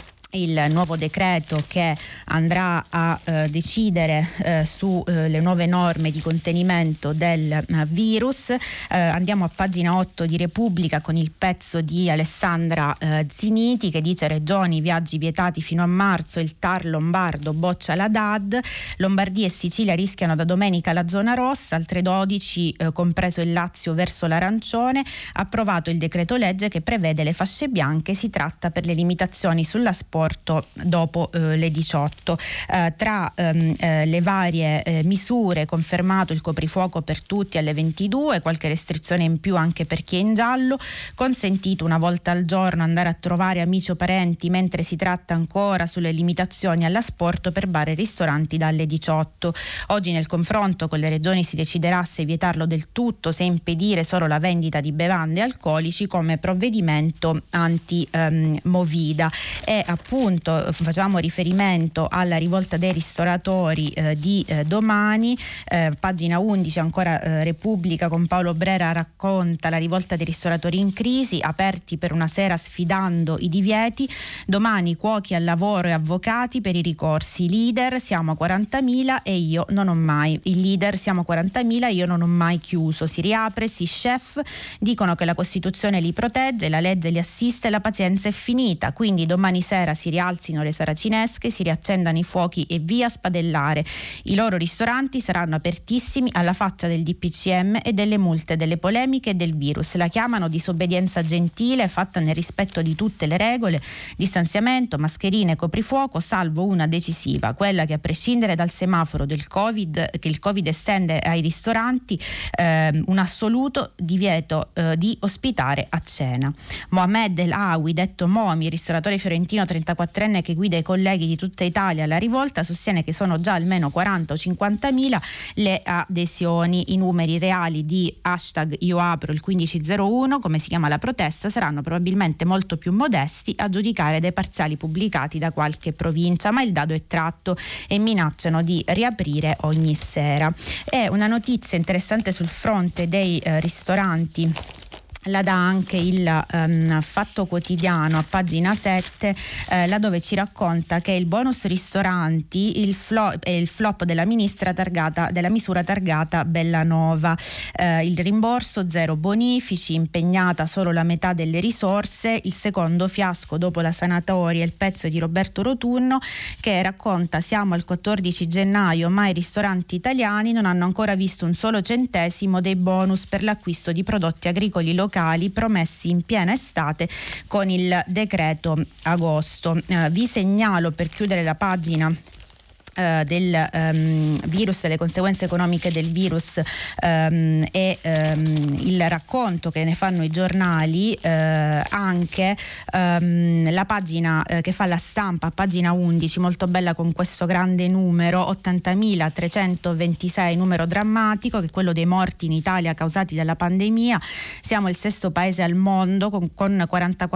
il nuovo decreto che andrà a eh, decidere eh, sulle eh, nuove norme di contenimento del eh, virus. Eh, andiamo a pagina otto di Repubblica con il pezzo di Alessandra eh, Ziniti, che dice: regioni, viaggi vietati fino a marzo, il T A R lombardo boccia la D A D, Lombardia e Sicilia rischiano da domenica la zona rossa, altre dodici eh, compreso il Lazio verso l'arancione. Approvato il decreto legge che prevede le fasce bianche, si tratta per le limitazioni sulla sport trasporto dopo eh, le diciotto. Eh, tra ehm, eh, le varie eh, misure, confermato il coprifuoco per tutti alle ventidue, qualche restrizione in più anche per chi è in giallo, consentito una volta al giorno andare a trovare amici o parenti, mentre si tratta ancora sulle limitazioni all'asporto per bar e ristoranti dalle diciotto. Oggi nel confronto con le regioni si deciderà se vietarlo del tutto, se impedire solo la vendita di bevande alcolici come provvedimento anti-movida. E appunto facciamo riferimento alla rivolta dei ristoratori eh, di eh, domani, eh, pagina undici ancora eh, Repubblica, con Paolo Brera racconta la rivolta dei ristoratori in crisi, aperti per una sera sfidando i divieti, domani cuochi al lavoro e avvocati per i ricorsi, leader siamo a quarantamila e io non ho mai, il leader siamo a quarantamila e io non ho mai chiuso, si riapre, si chef, dicono che la Costituzione li protegge, la legge li assiste, la pazienza è finita, quindi domani sera si rialzino le saracinesche, si riaccendano i fuochi e via spadellare. I loro ristoranti saranno apertissimi alla faccia del D P C M e delle multe, delle polemiche e del virus. La chiamano disobbedienza gentile fatta nel rispetto di tutte le regole, distanziamento, mascherine, coprifuoco, salvo una decisiva, quella che a prescindere dal semaforo del Covid, che il Covid estende ai ristoranti, eh, un assoluto divieto eh, di ospitare a cena. Mohamed El Awi, detto Momi, ristoratore fiorentino trentaquattrenne che guida i colleghi di tutta Italia alla rivolta, sostiene che sono già almeno quaranta o cinquantamila le adesioni. I numeri reali di hashtag Io apro il quindici zero uno, come si chiama la protesta, saranno probabilmente molto più modesti a giudicare dai parziali pubblicati da qualche provincia, ma il dado è tratto e minacciano di riaprire ogni sera. È una notizia interessante sul fronte dei eh, ristoranti. La dà anche il um, Fatto Quotidiano a pagina sette, eh, laddove ci racconta che il bonus ristoranti il flop, è il flop della ministra targata, della misura targata Bellanova, eh, il rimborso zero bonifici, impegnata solo la metà delle risorse, il secondo fiasco dopo la sanatoria, il pezzo di Roberto Rotunno che racconta: siamo al quattordici gennaio ma i ristoranti italiani non hanno ancora visto un solo centesimo dei bonus per l'acquisto di prodotti agricoli locali promessi in piena estate con il decreto agosto. Eh, vi segnalo, per chiudere la pagina Uh, del um, virus e le conseguenze economiche del virus um, e um, il racconto che ne fanno i giornali, uh, anche um, la pagina uh, che fa La Stampa, pagina undici, molto bella, con questo grande numero, ottantamilatrecentoventisei, numero drammatico, che è quello dei morti in Italia causati dalla pandemia. Siamo il sesto paese al mondo con, con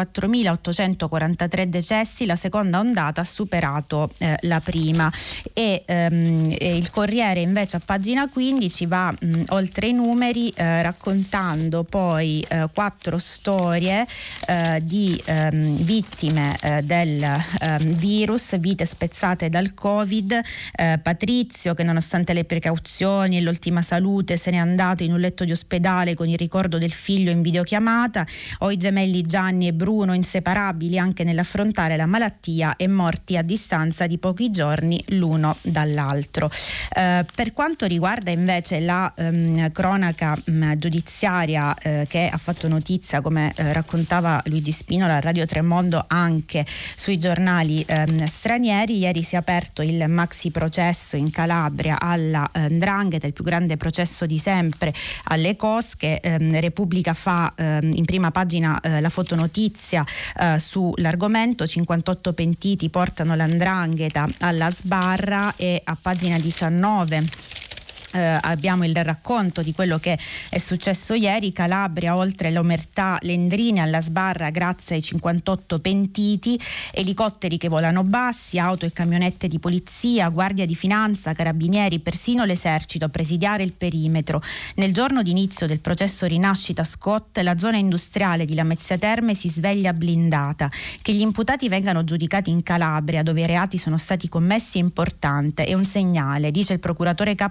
quarantaquattromilaottocentoquarantatré decessi, la seconda ondata ha superato eh, la prima. E, um, e il Corriere invece a pagina quindici va um, oltre i numeri, eh, raccontando poi eh, quattro storie eh, di um, vittime eh, del um, virus, vite spezzate dal Covid. eh, Patrizio, che nonostante le precauzioni e l'ultima salute se n'è andato in un letto di ospedale con il ricordo del figlio in videochiamata, o i gemelli Gianni e Bruno, inseparabili anche nell'affrontare la malattia e morti a distanza di pochi giorni l'uno dall'altro. Eh, per quanto riguarda invece la ehm, cronaca mh, giudiziaria eh, che ha fatto notizia, come eh, raccontava Luigi Spinola a Radio Tremondo, anche sui giornali ehm, stranieri, ieri si è aperto il maxi processo in Calabria alla eh, 'ndrangheta, il più grande processo di sempre alle cosche. ehm, Repubblica fa ehm, in prima pagina eh, la fotonotizia eh, sull'argomento: cinquantotto pentiti portano la 'ndrangheta alla sbarra. E a pagina diciannove Eh, abbiamo il racconto di quello che è successo ieri. Calabria, oltre l'omertà, Lendrini alla sbarra grazie ai cinquantotto pentiti, elicotteri che volano bassi, auto e camionette di polizia, guardia di finanza, carabinieri, persino l'esercito a presidiare il perimetro. Nel giorno d'inizio del processo Rinascita Scott, la zona industriale di Lamezia Terme si sveglia blindata. Che gli imputati vengano giudicati in Calabria, dove i reati sono stati commessi, è importante, è un segnale, dice il procuratore capo di Catanzaro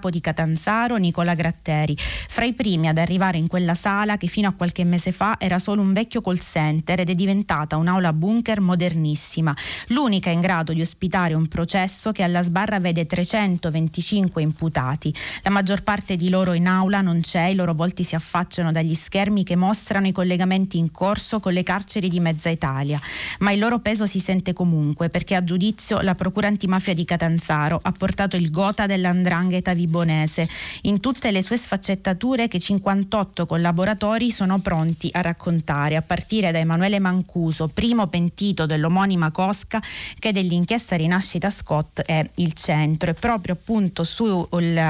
Catanzaro, Nicola Gratteri, fra i primi ad arrivare in quella sala che fino a qualche mese fa era solo un vecchio call center ed è diventata un'aula bunker modernissima, l'unica in grado di ospitare un processo che alla sbarra vede trecentoventicinque imputati. La maggior parte di loro in aula non c'è, i loro volti si affacciano dagli schermi che mostrano i collegamenti in corso con le carceri di mezza Italia, ma il loro peso si sente comunque, perché a giudizio la Procura Antimafia di Catanzaro ha portato il gota dell''ndrangheta vibonese in tutte le sue sfaccettature che cinquantotto collaboratori sono pronti a raccontare, a partire da Emanuele Mancuso, primo pentito dell'omonima cosca, che dell'inchiesta Rinascita Scott è il centro, e proprio appunto sui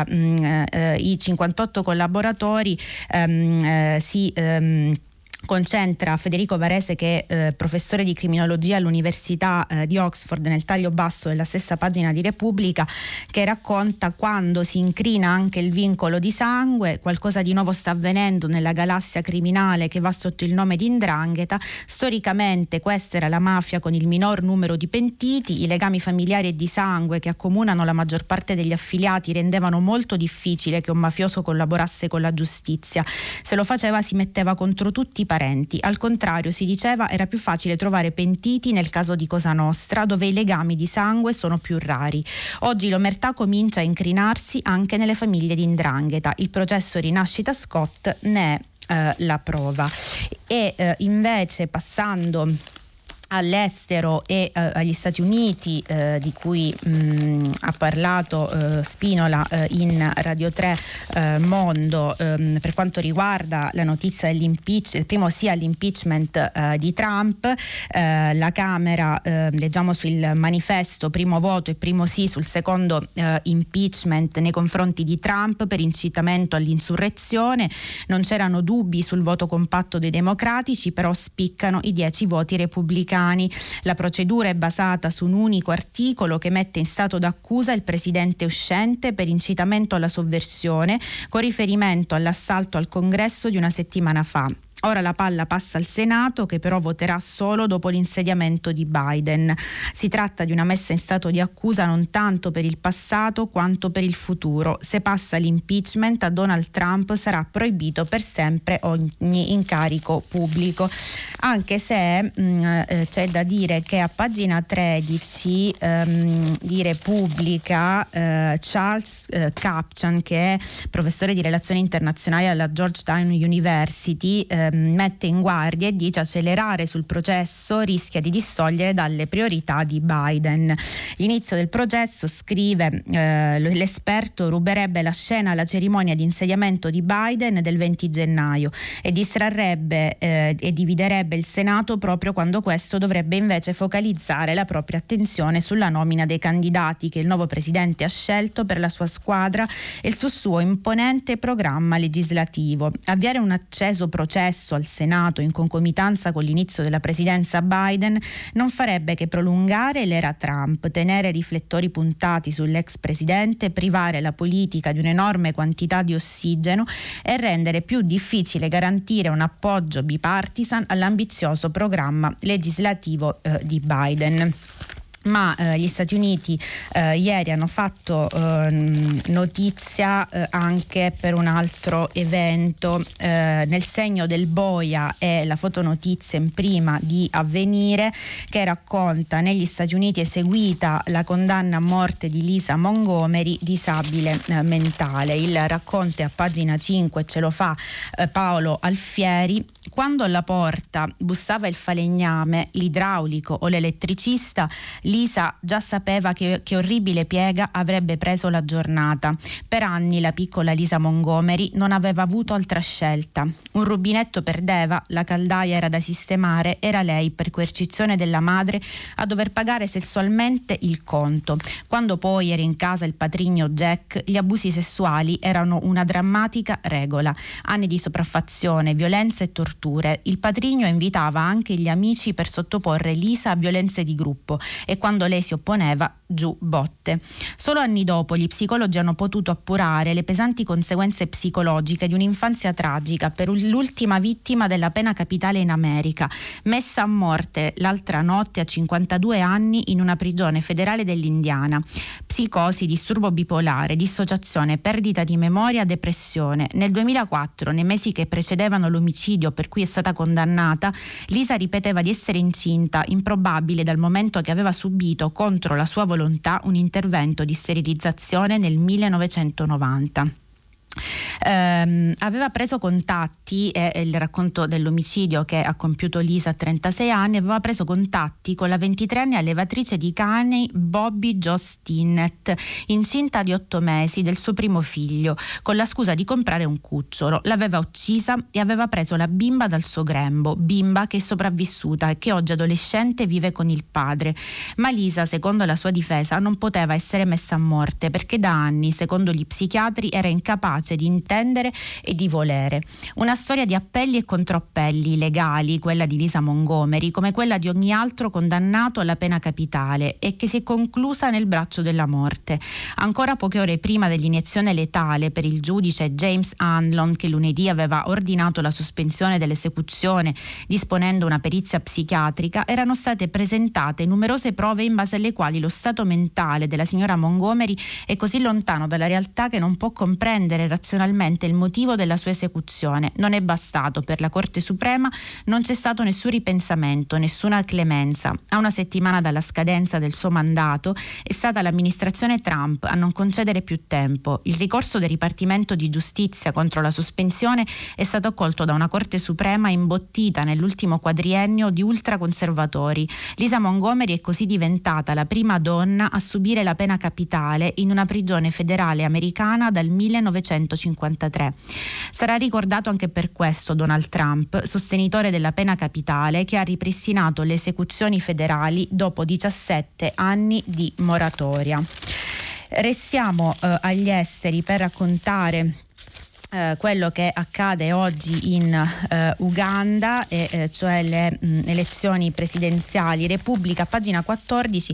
eh, cinquantotto collaboratori ehm, eh, si ehm, concentra Federico Varese, che è eh, professore di criminologia all'Università eh, di Oxford, nel taglio basso della stessa pagina di Repubblica, che racconta quando si incrina anche il vincolo di sangue, qualcosa di nuovo sta avvenendo nella galassia criminale che va sotto il nome di 'ndrangheta. Storicamente questa era la mafia con il minor numero di pentiti, i legami familiari e di sangue che accomunano la maggior parte degli affiliati rendevano molto difficile che un mafioso collaborasse con la giustizia. Se lo faceva si metteva contro tutti i parenti. Al contrario, si diceva, era più facile trovare pentiti nel caso di Cosa Nostra, dove i legami di sangue sono più rari. Oggi l'omertà comincia a incrinarsi anche nelle famiglie di 'ndrangheta. Il processo Rinascita Scott ne è eh, la prova. E eh, invece, passando all'estero e eh, agli Stati Uniti, eh, di cui mh, ha parlato eh, Spinola eh, in Radio tre eh, Mondo, ehm, per quanto riguarda la notizia dell'impeach, il primo sì all'impeachment eh, di Trump. Eh, la Camera, eh, leggiamo sul manifesto, primo voto e primo sì sul secondo eh, impeachment nei confronti di Trump per incitamento all'insurrezione. Non c'erano dubbi sul voto compatto dei democratici, però spiccano i dieci voti repubblicani. La procedura è basata su un unico articolo che mette in stato d'accusa il presidente uscente per incitamento alla sovversione, con riferimento all'assalto al Congresso di una settimana fa. Ora la palla passa al Senato, che però voterà solo dopo l'insediamento di Biden. Si tratta di una messa in stato di accusa non tanto per il passato quanto per il futuro. Se passa l'impeachment, a Donald Trump sarà proibito per sempre ogni incarico pubblico. Anche se mh, eh, c'è da dire che a pagina tredici ehm, di Repubblica eh, Charles eh, Kupchan, che è professore di relazioni internazionali alla Georgetown University, eh, mette in guardia e dice: accelerare sul processo rischia di distogliere dalle priorità di Biden. L'inizio del processo, scrive eh, l'esperto, ruberebbe la scena alla cerimonia di insediamento di Biden del venti gennaio e distrarrebbe eh, e dividerebbe il Senato proprio quando questo dovrebbe invece focalizzare la propria attenzione sulla nomina dei candidati che il nuovo presidente ha scelto per la sua squadra e sul suo imponente programma legislativo. Avviare un acceso processo al Senato in concomitanza con l'inizio della presidenza Biden non farebbe che prolungare l'era Trump, tenere riflettori puntati sull'ex presidente, privare la politica di un'enorme quantità di ossigeno e rendere più difficile garantire un appoggio bipartisan all'ambizioso programma legislativo eh, di Biden. Ma eh, gli Stati Uniti eh, ieri hanno fatto eh, notizia eh, anche per un altro evento. Eh, nel segno del boia è la fotonotizia in prima di Avvenire, che racconta: negli Stati Uniti è seguita la condanna a morte di Lisa Montgomery, disabile eh, mentale. Il racconto è a pagina cinque, ce lo fa eh, Paolo Alfieri. Quando alla porta bussava il falegname, l'idraulico o l'elettricista, Lisa già sapeva che, che orribile piega avrebbe preso la giornata. Per anni la piccola Lisa Montgomery non aveva avuto altra scelta. Un rubinetto perdeva, la caldaia era da sistemare, era lei, per coercizione della madre, a dover pagare sessualmente il conto. Quando poi era in casa il patrigno Jack, gli abusi sessuali erano una drammatica regola. Anni di sopraffazione, violenza e torture. Il patrigno invitava anche gli amici per sottoporre Lisa a violenze di gruppo e quando lei si opponeva, giù botte. Solo anni dopo gli psicologi hanno potuto appurare le pesanti conseguenze psicologiche di un'infanzia tragica per l'ultima vittima della pena capitale in America, messa a morte l'altra notte a cinquantadue anni in una prigione federale dell'Indiana. Psicosi, disturbo bipolare, dissociazione, perdita di memoria, depressione. Nel duemilaquattro, nei mesi che precedevano l'omicidio per cui è stata condannata, Lisa ripeteva di essere incinta, improbabile dal momento che aveva subito contro la sua volontà un intervento di sterilizzazione nel millenovecentonovanta. Um, aveva preso contatti, è eh, il racconto dell'omicidio che ha compiuto Lisa a trentasei anni, aveva preso contatti con la ventitreenne allevatrice di cani Bobby Jo Stinnett, incinta di otto mesi del suo primo figlio, con la scusa di comprare un cucciolo. L'aveva uccisa e aveva preso la bimba dal suo grembo, bimba che è sopravvissuta e che oggi adolescente vive con il padre. Ma Lisa, secondo la sua difesa, non poteva essere messa a morte perché da anni, secondo gli psichiatri, era incapace di intendere e di volere. Una storia di appelli e controappelli legali, quella di Lisa Montgomery, come quella di ogni altro condannato alla pena capitale e che si è conclusa nel braccio della morte. Ancora poche ore prima dell'iniezione letale per il giudice James Hanlon, che lunedì aveva ordinato la sospensione dell'esecuzione disponendo una perizia psichiatrica, erano state presentate numerose prove in base alle quali lo stato mentale della signora Montgomery è così lontano dalla realtà che non può comprendere razionalmente il motivo della sua esecuzione. Non è bastato per la Corte Suprema, non c'è stato nessun ripensamento, nessuna clemenza. A una settimana dalla scadenza del suo mandato è stata l'amministrazione Trump a non concedere più tempo. Il ricorso del Dipartimento di Giustizia contro la sospensione è stato accolto da una Corte Suprema imbottita nell'ultimo quadriennio di ultraconservatori. Lisa Montgomery è così diventata la prima donna a subire la pena capitale in una prigione federale americana dal millenovecentocinquantatré. Sarà ricordato anche per questo Donald Trump, sostenitore della pena capitale, che ha ripristinato le esecuzioni federali dopo diciassette anni di moratoria. Restiamo eh, agli esteri per raccontare Uh, quello che accade oggi in uh, Uganda, e, eh, cioè le mh, elezioni presidenziali. Repubblica, pagina quattordici,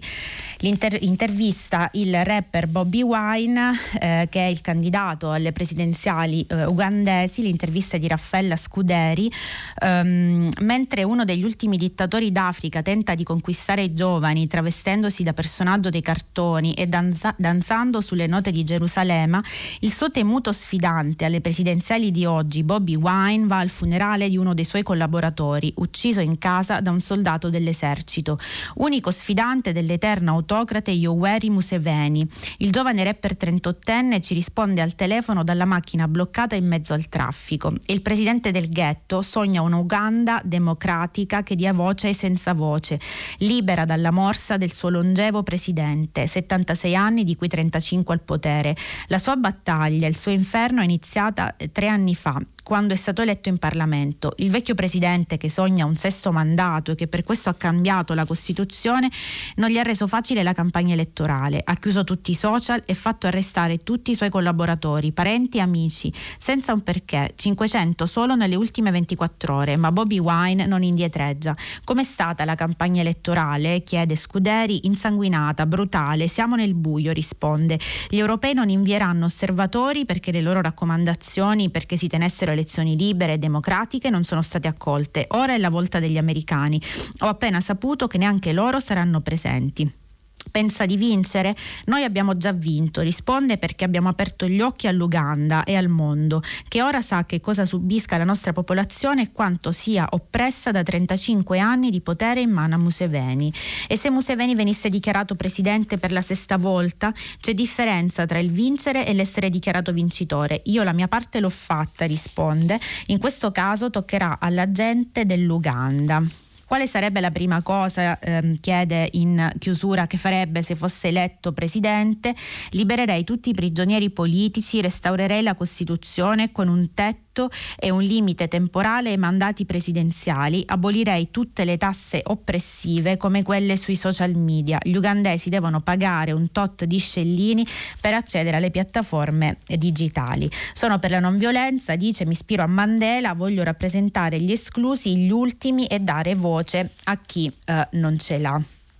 l'intervista il rapper Bobi Wine, eh, che è il candidato alle presidenziali uh, ugandesi, l'intervista di Raffaella Scuderi. Um, mentre uno degli ultimi dittatori d'Africa tenta di conquistare i giovani travestendosi da personaggio dei cartoni e danza- danzando sulle note di Gerusalemme, il suo temuto sfidante alle presidenziali di oggi, Bobi Wine, va al funerale di uno dei suoi collaboratori, ucciso in casa da un soldato dell'esercito, unico sfidante dell'eterno autocrate Yoweri Museveni. Il giovane rapper trentottenne ci risponde al telefono dalla macchina bloccata in mezzo al traffico. E il presidente del ghetto sogna una Uganda democratica che dia voce ai senza voce, libera dalla morsa del suo longevo presidente, settantasei anni di cui trentacinque al potere. La sua battaglia, il suo inferno è iniziata tre anni fa, quando è stato eletto in Parlamento. Il vecchio presidente, che sogna un sesto mandato e che per questo ha cambiato la Costituzione, non gli ha reso facile la campagna elettorale. Ha chiuso tutti i social e fatto arrestare tutti i suoi collaboratori, parenti e amici, senza un perché, cinquecento solo nelle ultime ventiquattro ore, ma Bobi Wine non indietreggia. Com'è stata la campagna elettorale? Chiede Scuderi. Insanguinata, brutale, siamo nel buio, risponde. Gli europei non invieranno osservatori perché le loro raccomandazioni perché si tenessero elezioni libere e democratiche non sono state accolte. Ora è la volta degli americani. Ho appena saputo che neanche loro saranno presenti. Pensa di vincere? Noi abbiamo già vinto, risponde, perché abbiamo aperto gli occhi all'Uganda e al mondo, che ora sa che cosa subisca la nostra popolazione e quanto sia oppressa da trentacinque anni di potere in mano a Museveni. E se Museveni venisse dichiarato presidente per la sesta volta, c'è differenza tra il vincere e l'essere dichiarato vincitore. Io la mia parte l'ho fatta, risponde. In questo caso toccherà alla gente dell'Uganda. Quale sarebbe la prima cosa, ehm, chiede in chiusura, che farebbe se fosse eletto presidente? Libererei tutti i prigionieri politici, restaurerei la Costituzione con un tetto e un limite temporale ai mandati presidenziali, abolirei tutte le tasse oppressive come quelle sui social media. Gli ugandesi devono pagare un tot di scellini per accedere alle piattaforme digitali. Sono per la non violenza, dice, mi ispiro a Mandela, voglio rappresentare gli esclusi, gli ultimi e dare voce a chi eh, non ce l'ha.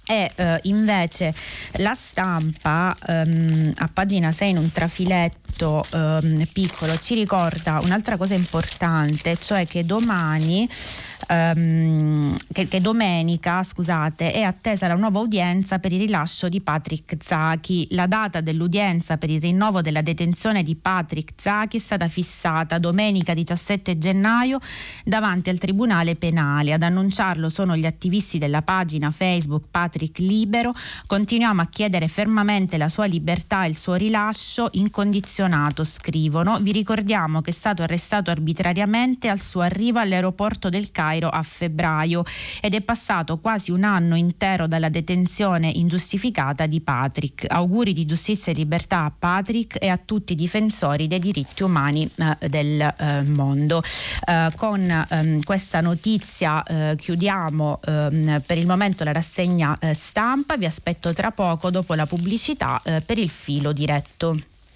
E eh, invece La Stampa ehm, a pagina sei, in un trafiletto ehm, piccolo, ci ricorda un'altra cosa importante, cioè che domani ehm, che, che domenica scusate è attesa la nuova udienza per il rilascio di Patrick Zaki. La data dell'udienza per il rinnovo della detenzione di Patrick Zaki è stata fissata domenica diciassette gennaio davanti al Tribunale Penale. Ad annunciarlo sono gli attivisti della pagina Facebook Patrick Libero. Continuiamo a chiedere fermamente la sua libertà e il suo rilascio incondizionato, scrivono. Vi ricordiamo che è stato arrestato arbitrariamente al suo arrivo all'aeroporto del Cairo a febbraio ed è passato quasi un anno intero dalla detenzione ingiustificata di Patrick. Auguri di giustizia e libertà a Patrick e a tutti i difensori dei diritti umani eh, del eh, mondo. Eh, con ehm, questa notizia eh, chiudiamo ehm, per il momento la rassegna eh, stampa. Vi aspetto tra poco dopo la pubblicità eh, per il filo diretto.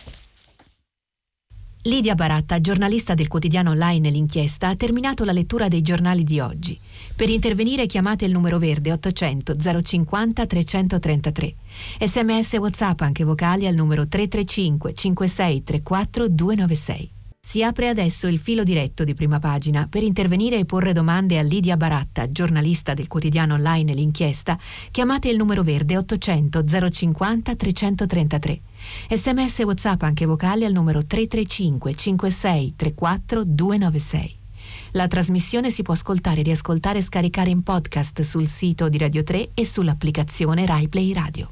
Lidia Baratta, giornalista del quotidiano online L'Inchiesta, ha terminato la lettura dei giornali di oggi. Per intervenire chiamate il numero verde ottocento zero cinquanta trecentotrentatré. Sms e WhatsApp anche vocali al numero tre tre cinque cinque sei tre quattro due nove sei. Si apre adesso il filo diretto di Prima Pagina. Per intervenire e porre domande a Lidia Baratta, giornalista del quotidiano online L'Inchiesta, chiamate il numero verde ottocento zero cinquanta trecentotrentatré. Sms e WhatsApp anche vocali al numero tre tre cinque cinque sei tre quattro due nove sei. La trasmissione si può ascoltare, riascoltare e scaricare in podcast sul sito di Radio tre e sull'applicazione Rai Play Radio.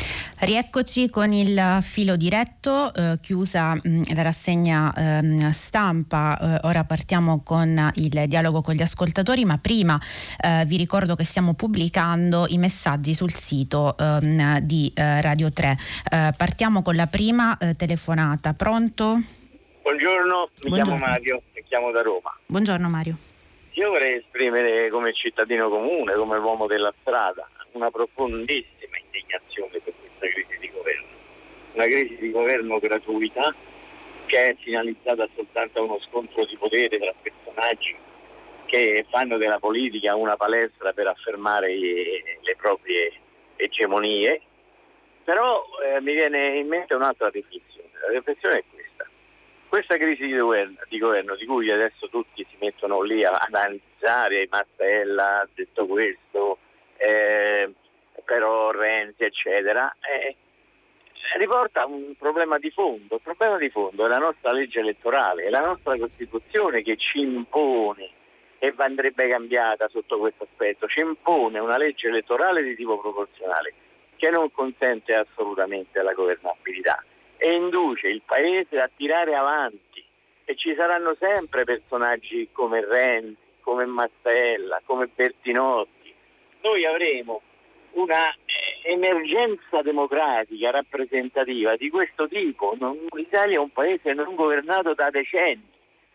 Rieccoci con il filo diretto, eh, chiusa mh, la rassegna eh, stampa. Eh, ora partiamo con il dialogo con gli ascoltatori, ma prima eh, vi ricordo che stiamo pubblicando i messaggi sul sito eh, di eh, Radio tre. Eh, partiamo con la prima eh, telefonata. Pronto? Buongiorno, mi Buongiorno. chiamo Mario e chiamo da Roma. Buongiorno Mario. Io vorrei esprimere come cittadino comune, come uomo della strada, una profondissima indignazione per questa crisi di governo. Una crisi di governo gratuita che è finalizzata soltanto a uno scontro di potere tra personaggi che fanno della politica una palestra per affermare le proprie egemonie. Però eh, mi viene in mente un'altra riflessione. La riflessione è questa. Questa crisi di governo, di governo di cui adesso tutti si mettono lì a analizzare, Mattarella ha detto questo, eh, però Renzi eccetera, eh, riporta un problema di fondo. Il problema di fondo è la nostra legge elettorale, è la nostra Costituzione che ci impone, e andrebbe cambiata sotto questo aspetto, ci impone una legge elettorale di tipo proporzionale che non consente assolutamente la governabilità e induce il Paese a tirare avanti, e ci saranno sempre personaggi come Renzi, come Mastella, come Bertinotti. Noi avremo una eh, emergenza democratica rappresentativa di questo tipo. Non, l'Italia è un paese non governato da decenni.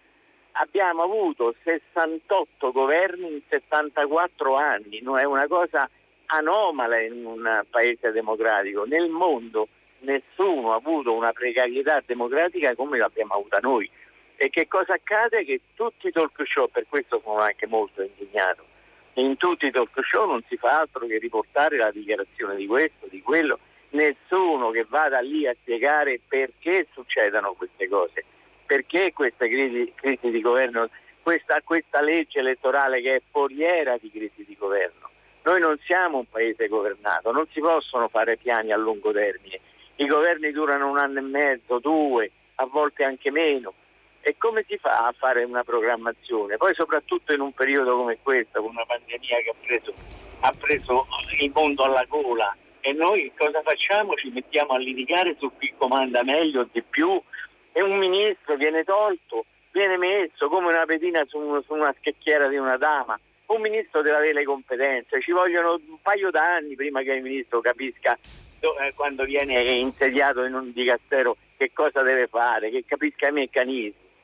Abbiamo avuto sessantotto governi in settantaquattro anni, non è una cosa anomala in un paese democratico. Nel mondo nessuno ha avuto una precarietà democratica come l'abbiamo avuta noi. E che cosa accade? Che tutti i talk show, per questo sono anche molto indignato, in tutti i talk show non si fa altro che riportare la dichiarazione di questo, di quello, nessuno che vada lì a spiegare perché succedano queste cose, perché questa crisi, crisi di governo, questa, questa legge elettorale che è foriera di crisi di governo. Noi non siamo un paese governato, non si possono fare piani a lungo termine. I governi durano un anno e mezzo, due, a volte anche meno. E come si fa a fare una programmazione? Poi soprattutto in un periodo come questo, con una pandemia che ha preso, ha preso il mondo alla gola, e noi cosa facciamo? Ci mettiamo a litigare su chi comanda meglio o di più, e un ministro viene tolto, viene messo come una pedina su, un, su una scacchiera di una dama. Un ministro deve avere le competenze, ci vogliono un paio d'anni prima che il ministro capisca eh, quando viene insediato in un dicastero che cosa deve fare, che capisca i meccanismi.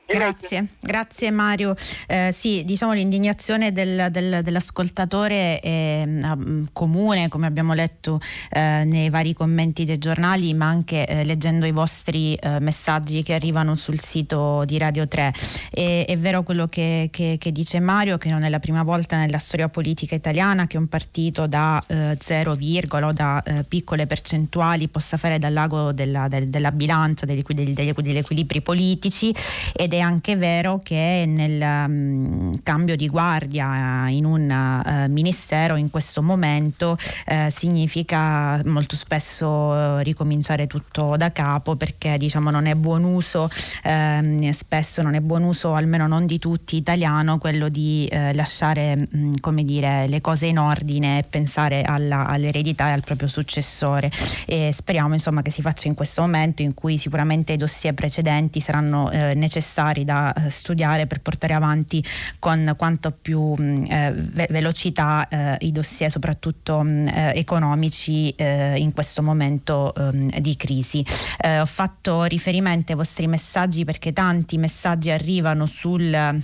Grazie, grazie Mario. Eh, sì, diciamo l'indignazione del, del, dell'ascoltatore è um, comune, come abbiamo letto eh, nei vari commenti dei giornali, ma anche eh, leggendo i vostri eh, messaggi che arrivano sul sito di Radio tre. E, è vero quello che, che, che dice Mario, che non è la prima volta nella storia politica italiana che un partito da eh, zero virgola o da eh, piccole percentuali possa fare dal lago della, del, della bilancia degli, degli, degli equilibri politici, ed è anche vero che nel um, cambio di guardia in un uh, ministero in questo momento uh, significa molto spesso uh, ricominciare tutto da capo, perché diciamo non è buon uso, uh, spesso non è buon uso, almeno non di tutti, italiano, quello di uh, lasciare mh, come dire le cose in ordine e pensare alla, all'eredità e al proprio successore, e speriamo insomma che si faccia in questo momento in cui sicuramente i dossier precedenti saranno uh, necessari da studiare per portare avanti con quanto più eh, ve- velocità eh, i dossier soprattutto eh, economici eh, in questo momento eh, di crisi. Eh, ho fatto riferimento ai vostri messaggi perché tanti messaggi arrivano sul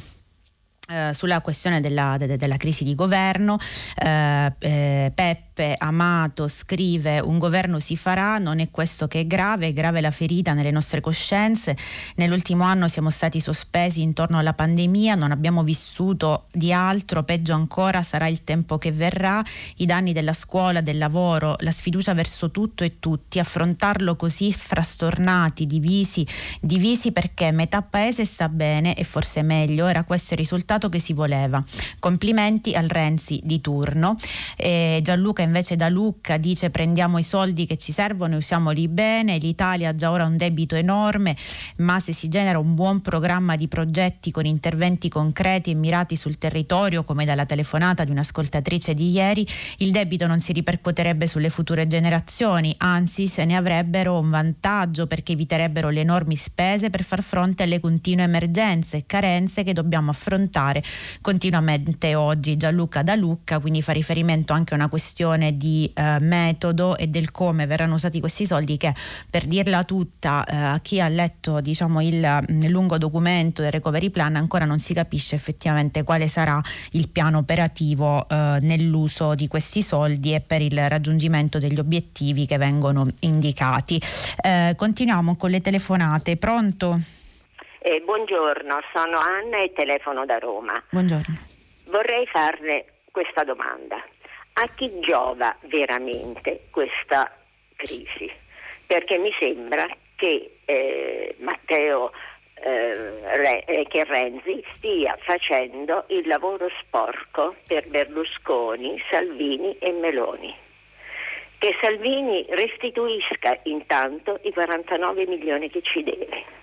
Uh, sulla questione della, de, della crisi di governo. uh, eh, Peppe Amato scrive: un governo si farà, non è questo che è grave, è grave la ferita nelle nostre coscienze. Nell'ultimo anno siamo stati sospesi intorno alla pandemia, non abbiamo vissuto di altro, peggio ancora sarà il tempo che verrà, i danni della scuola, del lavoro, la sfiducia verso tutto e tutti, affrontarlo così frastornati, divisi, divisi perché metà paese sta bene e forse meglio, era questo il risultato che si voleva. Complimenti al Renzi di turno. E Gianluca invece da Lucca dice: prendiamo i soldi che ci servono e usiamoli bene, l'Italia ha già ora un debito enorme, ma se si genera un buon programma di progetti con interventi concreti e mirati sul territorio, come dalla telefonata di un'ascoltatrice di ieri, il debito non si ripercuoterebbe sulle future generazioni, anzi se ne avrebbero un vantaggio, perché eviterebbero le enormi spese per far fronte alle continue emergenze e carenze che dobbiamo affrontare continuamente oggi. Gianluca da Lucca quindi fa riferimento anche a una questione di eh, metodo e del come verranno usati questi soldi, che, per dirla tutta, eh, a chi ha letto diciamo il, il lungo documento del recovery plan ancora non si capisce effettivamente quale sarà il piano operativo eh, nell'uso di questi soldi e per il raggiungimento degli obiettivi che vengono indicati. Eh, continuiamo con le telefonate. Pronto? Eh, buongiorno, sono Anna e telefono da Roma. Buongiorno. Vorrei farle questa domanda: a chi giova veramente questa crisi? Perché mi sembra che eh, Matteo eh, Re, eh, che Renzi stia facendo il lavoro sporco per Berlusconi, Salvini e Meloni. Che Salvini restituisca intanto i quarantanove milioni che ci deve,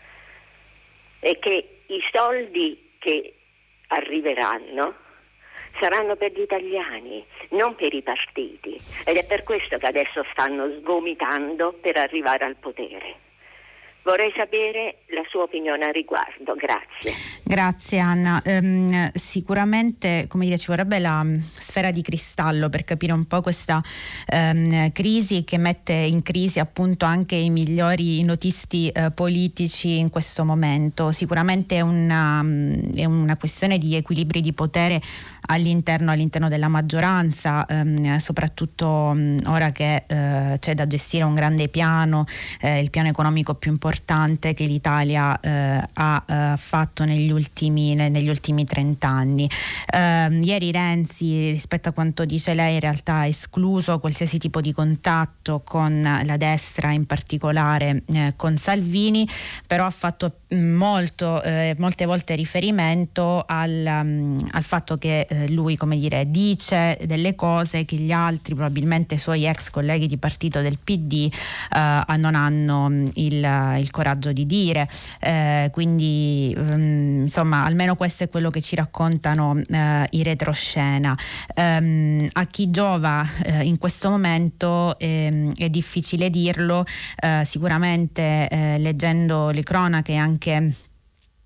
e che i soldi che arriveranno saranno per gli italiani, non per i partiti, ed è per questo che adesso stanno sgomitando per arrivare al potere. Vorrei sapere la sua opinione al riguardo. Grazie. Grazie Anna. Um, sicuramente, come dire, ci vorrebbe la um, sfera di cristallo per capire un po' questa um, crisi che mette in crisi appunto anche i migliori notisti uh, politici in questo momento. Sicuramente è una, um, è una questione di equilibri di potere all'interno, all'interno della maggioranza, um, soprattutto um, ora che uh, c'è da gestire un grande piano, eh, il piano economico più importante che l'Italia eh, ha eh, fatto negli ultimi ne, negli ultimi trent'anni. Eh, ieri Renzi, rispetto a quanto dice lei, in realtà ha escluso qualsiasi tipo di contatto con la destra, in particolare eh, con Salvini, però ha fatto molto eh, molte volte riferimento al, um, al fatto che eh, lui, come dire, dice delle cose che gli altri, probabilmente i suoi ex colleghi di partito del P D, eh, non hanno il il coraggio di dire, eh, quindi um, insomma almeno questo è quello che ci raccontano eh, i retroscena. Um, a chi giova eh, in questo momento eh, è difficile dirlo, eh, sicuramente eh, leggendo le cronache anche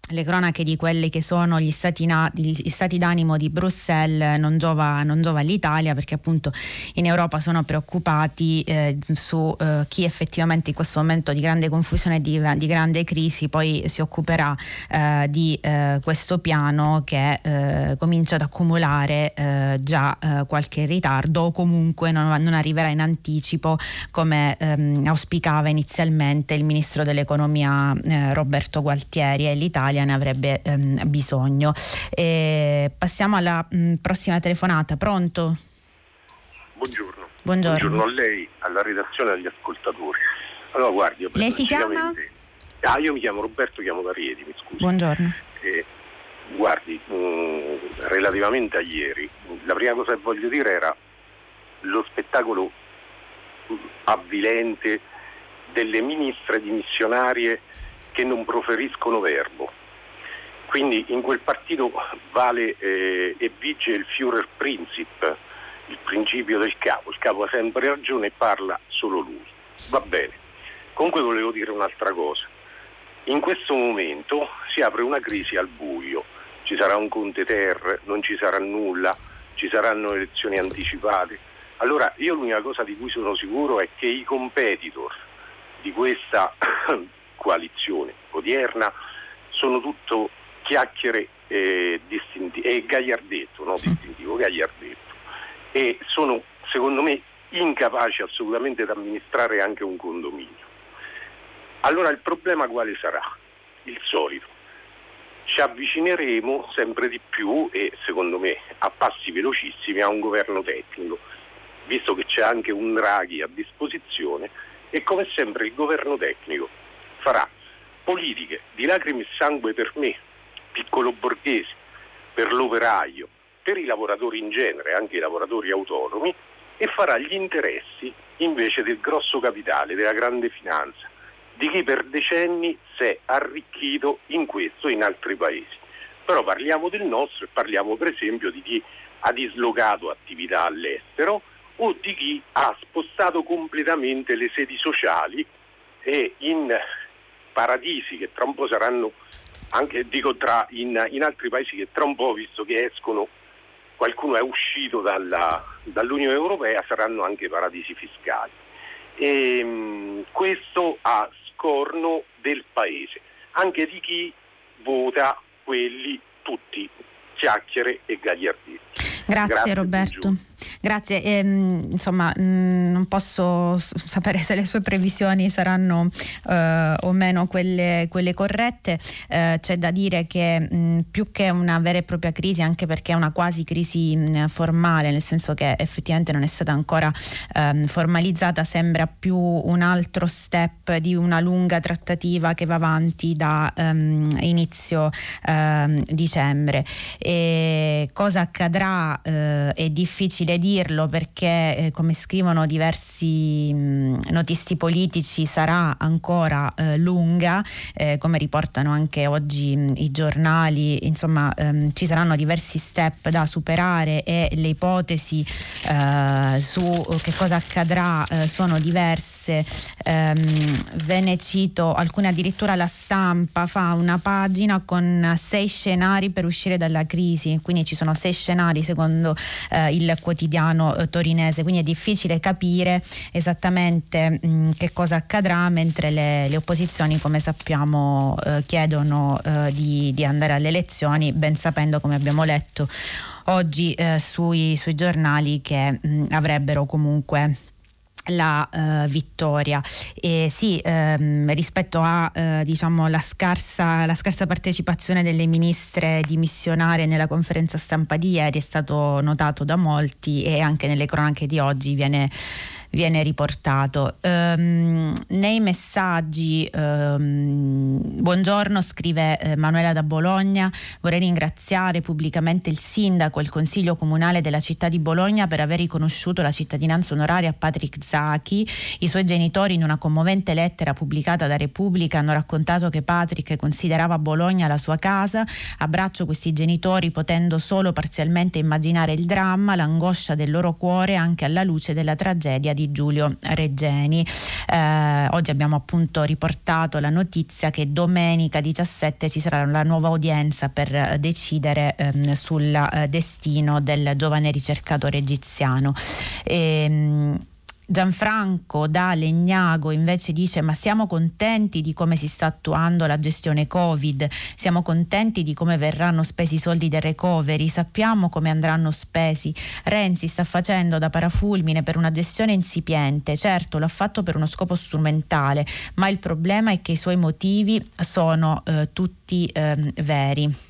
le cronache di quelli che sono gli stati, na- gli stati d'animo di Bruxelles non giova, non giova all'Italia, perché appunto in Europa sono preoccupati eh, su eh, chi effettivamente in questo momento di grande confusione e di, di grande crisi poi si occuperà eh, di eh, questo piano che eh, comincia ad accumulare eh, già eh, qualche ritardo, o comunque non, non arriverà in anticipo come ehm, auspicava inizialmente il ministro dell'economia eh, Roberto Gualtieri, e l'Italia ne avrebbe ehm, bisogno. E passiamo alla mh, prossima telefonata. Pronto? Buongiorno. Buongiorno. Buongiorno a lei, alla redazione e agli ascoltatori. Allora, guardi, io lei si chiama? Ah, io mi chiamo Roberto, chiamo da Rieti, mi scusi. Buongiorno. Eh, guardi, mh, relativamente a ieri, la prima cosa che voglio dire era lo spettacolo mh, avvilente delle ministre dimissionarie che non proferiscono verbo. Quindi in quel partito vale eh, e vige il Führerprinzip, il principio del capo. Il capo ha sempre ragione e parla solo lui. Va bene. Comunque volevo dire un'altra cosa. In questo momento si apre una crisi al buio. Ci sarà un Conte Ter, non ci sarà nulla, ci saranno elezioni anticipate. Allora io l'unica cosa di cui sono sicuro è che i competitor di questa coalizione odierna sono tutto chiacchiere eh, distinti- e gagliardetto, no? Distintivo, gagliardetto, e sono secondo me incapaci assolutamente di amministrare anche un condominio. Allora il problema quale sarà? Il solito. Ci avvicineremo sempre di più, e secondo me a passi velocissimi, a un governo tecnico, visto che c'è anche un Draghi a disposizione, e come sempre il governo tecnico farà politiche di lacrime e sangue per me, piccolo borghesi, per l'operaio, per i lavoratori in genere, anche i lavoratori autonomi, e farà gli interessi invece del grosso capitale, della grande finanza, di chi per decenni si è arricchito in questo e in altri paesi. Però parliamo del nostro e parliamo per esempio di chi ha dislocato attività all'estero o di chi ha spostato completamente le sedi sociali e in paradisi che tra un po' saranno anche, dico tra in, in altri paesi che tra un po', visto che escono, qualcuno è uscito dalla, dall'Unione Europea, saranno anche paradisi fiscali. E mh, questo a scorno del paese, anche di chi vota quelli tutti chiacchiere e gagliardetti. Grazie, Grazie Roberto. Grazie, ehm, insomma mh, non posso sapere se le sue previsioni saranno eh, o meno quelle, quelle corrette. Eh, c'è da dire che mh, più che una vera e propria crisi, anche perché è una quasi crisi mh, formale, nel senso che effettivamente non è stata ancora ehm, formalizzata, sembra più un altro step di una lunga trattativa che va avanti da ehm, inizio ehm, dicembre. E cosa accadrà eh, è difficile dirlo, perché eh, come scrivono diversi mh, notisti politici sarà ancora eh, lunga, eh, come riportano anche oggi mh, i giornali. Insomma ehm, ci saranno diversi step da superare e le ipotesi eh, su che cosa accadrà eh, sono diverse. ehm, ve ne cito alcune. Addirittura La Stampa fa una pagina con sei scenari per uscire dalla crisi, quindi ci sono sei scenari secondo eh, il quotidiano eh, torinese, quindi è difficile capire esattamente mh, che cosa accadrà, mentre le, le opposizioni, come sappiamo, eh, chiedono eh, di, di andare alle elezioni, ben sapendo, come abbiamo letto oggi eh, sui, sui giornali, che mh, avrebbero comunque la uh, vittoria. E sì, ehm, rispetto a eh, diciamo la scarsa, la scarsa partecipazione delle ministre dimissionarie nella conferenza stampa di ieri, è stato notato da molti e anche nelle cronache di oggi viene viene riportato. Um, nei messaggi, um, buongiorno, scrive eh, Manuela da Bologna, vorrei ringraziare pubblicamente il sindaco e il consiglio comunale della città di Bologna per aver riconosciuto la cittadinanza onoraria a Patrick Zaki. I suoi genitori, in una commovente lettera pubblicata da Repubblica, hanno raccontato che Patrick considerava Bologna la sua casa. Abbraccio questi genitori, potendo solo parzialmente immaginare il dramma, l'angoscia del loro cuore anche alla luce della tragedia di di Giulio Regeni. Eh, oggi abbiamo appunto riportato la notizia che domenica diciassette ci sarà la nuova udienza per eh, decidere ehm, sul eh, destino del giovane ricercatore egiziano. E, Gianfranco da Legnago invece dice: ma siamo contenti di come si sta attuando la gestione Covid, siamo contenti di come verranno spesi i soldi del recovery, sappiamo come andranno spesi. Renzi sta facendo da parafulmine per una gestione incipiente, certo l'ha fatto per uno scopo strumentale, ma il problema è che i suoi motivi sono eh, tutti eh, veri.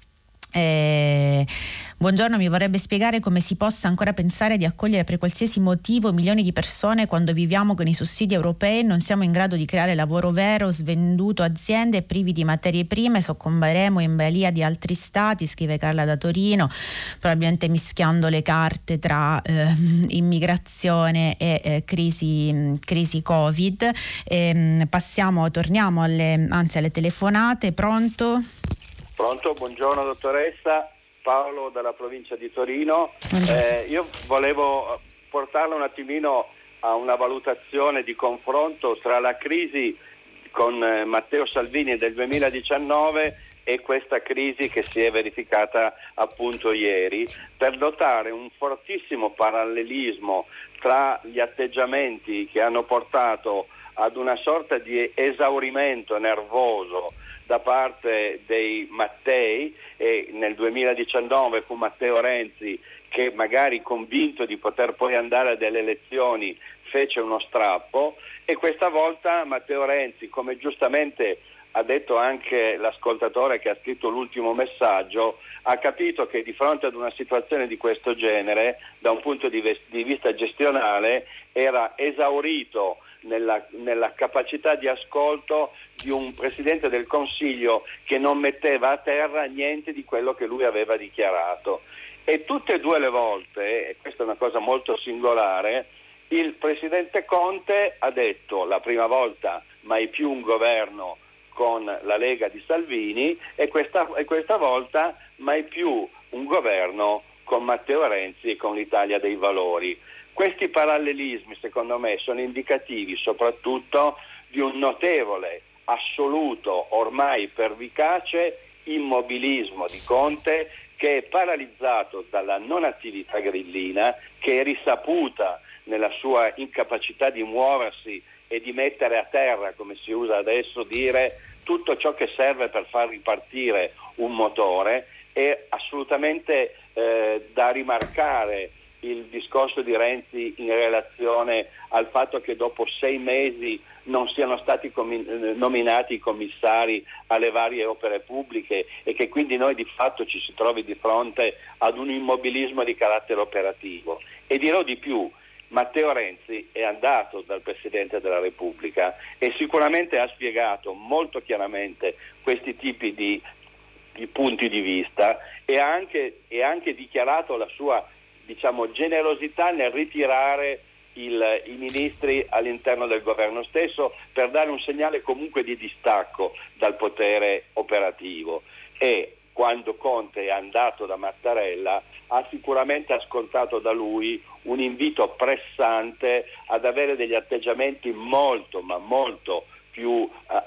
Eh, buongiorno, mi vorrebbe spiegare come si possa ancora pensare di accogliere per qualsiasi motivo milioni di persone quando viviamo con i sussidi europei e non siamo in grado di creare lavoro vero, svenduto aziende e privi di materie prime, soccomberemo in balia di altri stati, scrive Carla da Torino, probabilmente mischiando le carte tra eh, immigrazione e eh, crisi, crisi Covid. Eh, passiamo, torniamo alle, anzi alle telefonate. Pronto? Pronto, buongiorno dottoressa, Paolo dalla provincia di Torino. Eh, io volevo portarla un attimino a una valutazione di confronto tra la crisi con eh, Matteo Salvini del duemiladiciannove e questa crisi che si è verificata appunto ieri, per notare un fortissimo parallelismo tra gli atteggiamenti che hanno portato ad una sorta di esaurimento nervoso da parte dei Mattei, e nel duemiladiciannove fu Matteo Renzi che, magari convinto di poter poi andare a delle elezioni, fece uno strappo, e questa volta Matteo Renzi, come giustamente ha detto anche l'ascoltatore che ha scritto l'ultimo messaggio, ha capito che di fronte ad una situazione di questo genere, da un punto di, ves- di vista gestionale, era esaurito nella, nella capacità di ascolto di un Presidente del Consiglio che non metteva a terra niente di quello che lui aveva dichiarato. E tutte e due le volte, e questa è una cosa molto singolare, il Presidente Conte ha detto la prima volta mai più un governo con la Lega di Salvini, e questa, e questa volta mai più un governo con Matteo Renzi e con l'Italia dei Valori. Questi parallelismi, secondo me, sono indicativi soprattutto di un notevole, assoluto, ormai pervicace immobilismo di Conte, che è paralizzato dalla non attività grillina, che è risaputa nella sua incapacità di muoversi e di mettere a terra, come si usa adesso dire, tutto ciò che serve per far ripartire un motore. È assolutamente eh, da rimarcare il discorso di Renzi in relazione al fatto che dopo sei mesi non siano stati com- nominati i commissari alle varie opere pubbliche, e che quindi noi di fatto ci si trovi di fronte ad un immobilismo di carattere operativo. E dirò di più, Matteo Renzi è andato dal Presidente della Repubblica e sicuramente ha spiegato molto chiaramente questi tipi di, di punti di vista, e ha anche, e ha anche dichiarato la sua, diciamo, generosità nel ritirare il, i ministri all'interno del governo stesso, per dare un segnale comunque di distacco dal potere operativo. E quando Conte è andato da Mattarella ha sicuramente ascoltato da lui un invito pressante ad avere degli atteggiamenti molto ma molto più uh,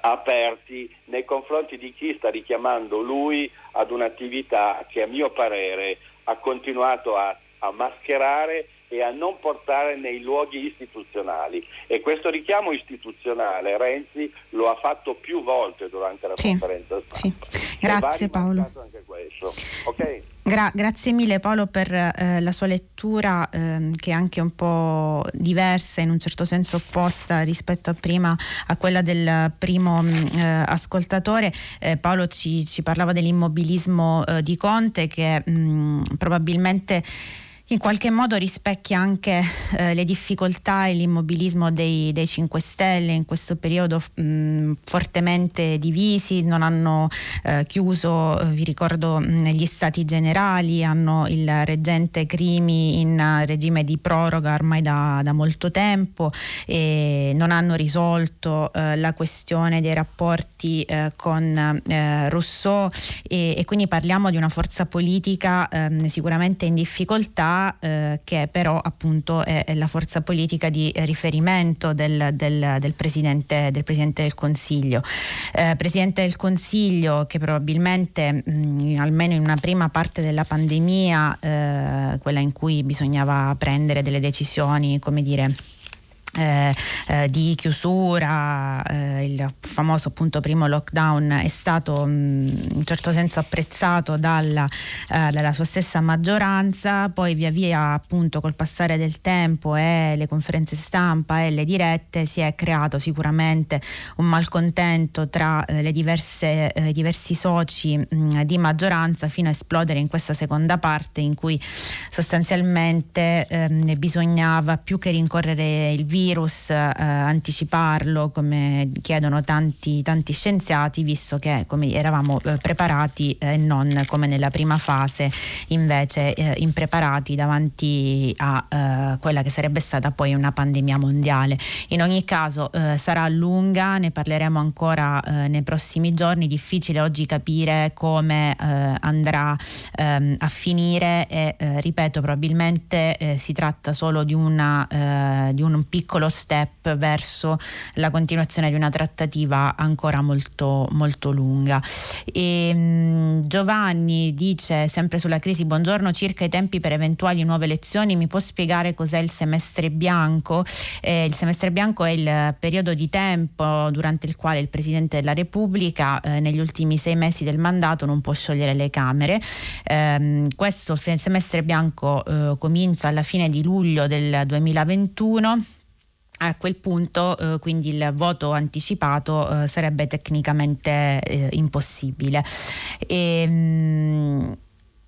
aperti nei confronti di chi sta richiamando lui ad un'attività che, a mio parere, ha continuato a, a mascherare e a non portare nei luoghi istituzionali. E questo richiamo istituzionale Renzi lo ha fatto più volte durante la sì, conferenza stampa. Sì. Grazie Paolo. Anche questo. Okay. Gra- grazie mille Paolo per eh, la sua lettura, eh, che è anche un po' diversa, in un certo senso opposta rispetto a prima, a quella del primo eh, ascoltatore. Eh, Paolo ci, ci parlava dell'immobilismo eh, di Conte, che mh, probabilmente in qualche modo rispecchia anche eh, le difficoltà e l'immobilismo dei, dei cinque Stelle in questo periodo mh, fortemente divisi. Non hanno eh, chiuso, eh, vi ricordo, negli stati generali, hanno il reggente Crimi in regime di proroga ormai da, da molto tempo, e non hanno risolto eh, la questione dei rapporti eh, con eh, Rousseau, e, e quindi parliamo di una forza politica eh, sicuramente in difficoltà, Lega, eh, che però appunto è, è la forza politica di riferimento del, del, del, presidente, del Presidente del Consiglio. Eh, Presidente del Consiglio che probabilmente mh, almeno in una prima parte della pandemia, eh, quella in cui bisognava prendere delle decisioni, come dire, Eh, eh, di chiusura, eh, il famoso appunto primo lockdown, è stato mh, in un certo senso apprezzato dalla, eh, dalla sua stessa maggioranza. Poi via via appunto col passare del tempo e le conferenze stampa e le dirette si è creato sicuramente un malcontento tra eh, le diverse eh, diversi soci mh, di maggioranza, fino a esplodere in questa seconda parte in cui sostanzialmente ehm, bisognava, più che rincorrere il virus, virus, eh, anticiparlo, come chiedono tanti, tanti scienziati, visto che come eravamo eh, preparati e eh, non come nella prima fase invece eh, impreparati davanti a eh, quella che sarebbe stata poi una pandemia mondiale. In ogni caso eh, sarà lunga, ne parleremo ancora eh, nei prossimi giorni. Difficile oggi capire come eh, andrà ehm, a finire e eh, ripeto, probabilmente eh, si tratta solo di, una, eh, di un piccolo step verso la continuazione di una trattativa ancora molto molto lunga. E, mh, Giovanni dice, sempre sulla crisi: buongiorno, circa i tempi per eventuali nuove elezioni, mi può spiegare cos'è il semestre bianco? Eh, il semestre bianco è il periodo di tempo durante il quale il Presidente della Repubblica eh, negli ultimi sei mesi del mandato non può sciogliere le Camere. Eh, questo semestre bianco eh, comincia alla fine di luglio del duemilaventuno. A quel punto eh, quindi il voto anticipato eh, sarebbe tecnicamente eh, impossibile. E, mh,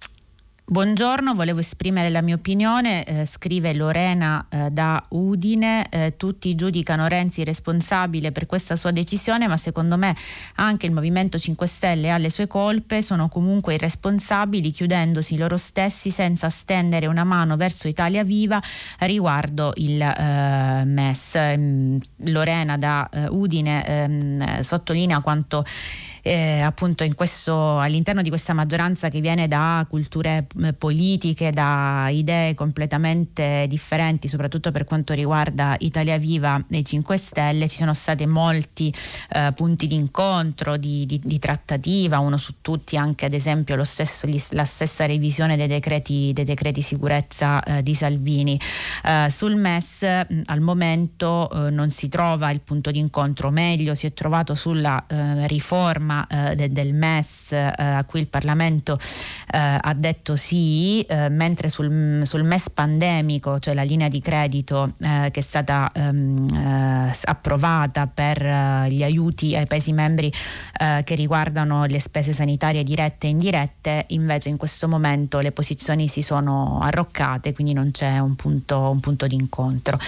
Buongiorno, volevo esprimere la mia opinione, eh, scrive Lorena eh, da Udine. Eh, tutti giudicano Renzi responsabile per questa sua decisione, ma secondo me anche il Movimento cinque Stelle ha le sue colpe, sono comunque irresponsabili, chiudendosi loro stessi senza stendere una mano verso Italia Viva riguardo il eh, M E S. Eh, Lorena da eh, Udine eh, sottolinea quanto Eh, appunto in questo, all'interno di questa maggioranza che viene da culture eh, politiche, da idee completamente differenti, soprattutto per quanto riguarda Italia Viva e cinque Stelle, ci sono stati molti eh, punti di incontro, di, di, di trattativa, uno su tutti anche ad esempio lo stesso, gli, la stessa revisione dei decreti, dei decreti sicurezza eh, di Salvini. Eh, sul M E S mh, al momento eh, non si trova il punto di incontro, meglio si è trovato sulla eh, riforma Uh, de, del M E S uh, a cui il Parlamento uh, ha detto sì, uh, mentre sul, sul M E S pandemico, cioè la linea di credito uh, che è stata um, uh, approvata per uh, gli aiuti ai Paesi membri uh, che riguardano le spese sanitarie dirette e indirette, invece in questo momento le posizioni si sono arroccate, quindi non c'è un punto, un punto di incontro.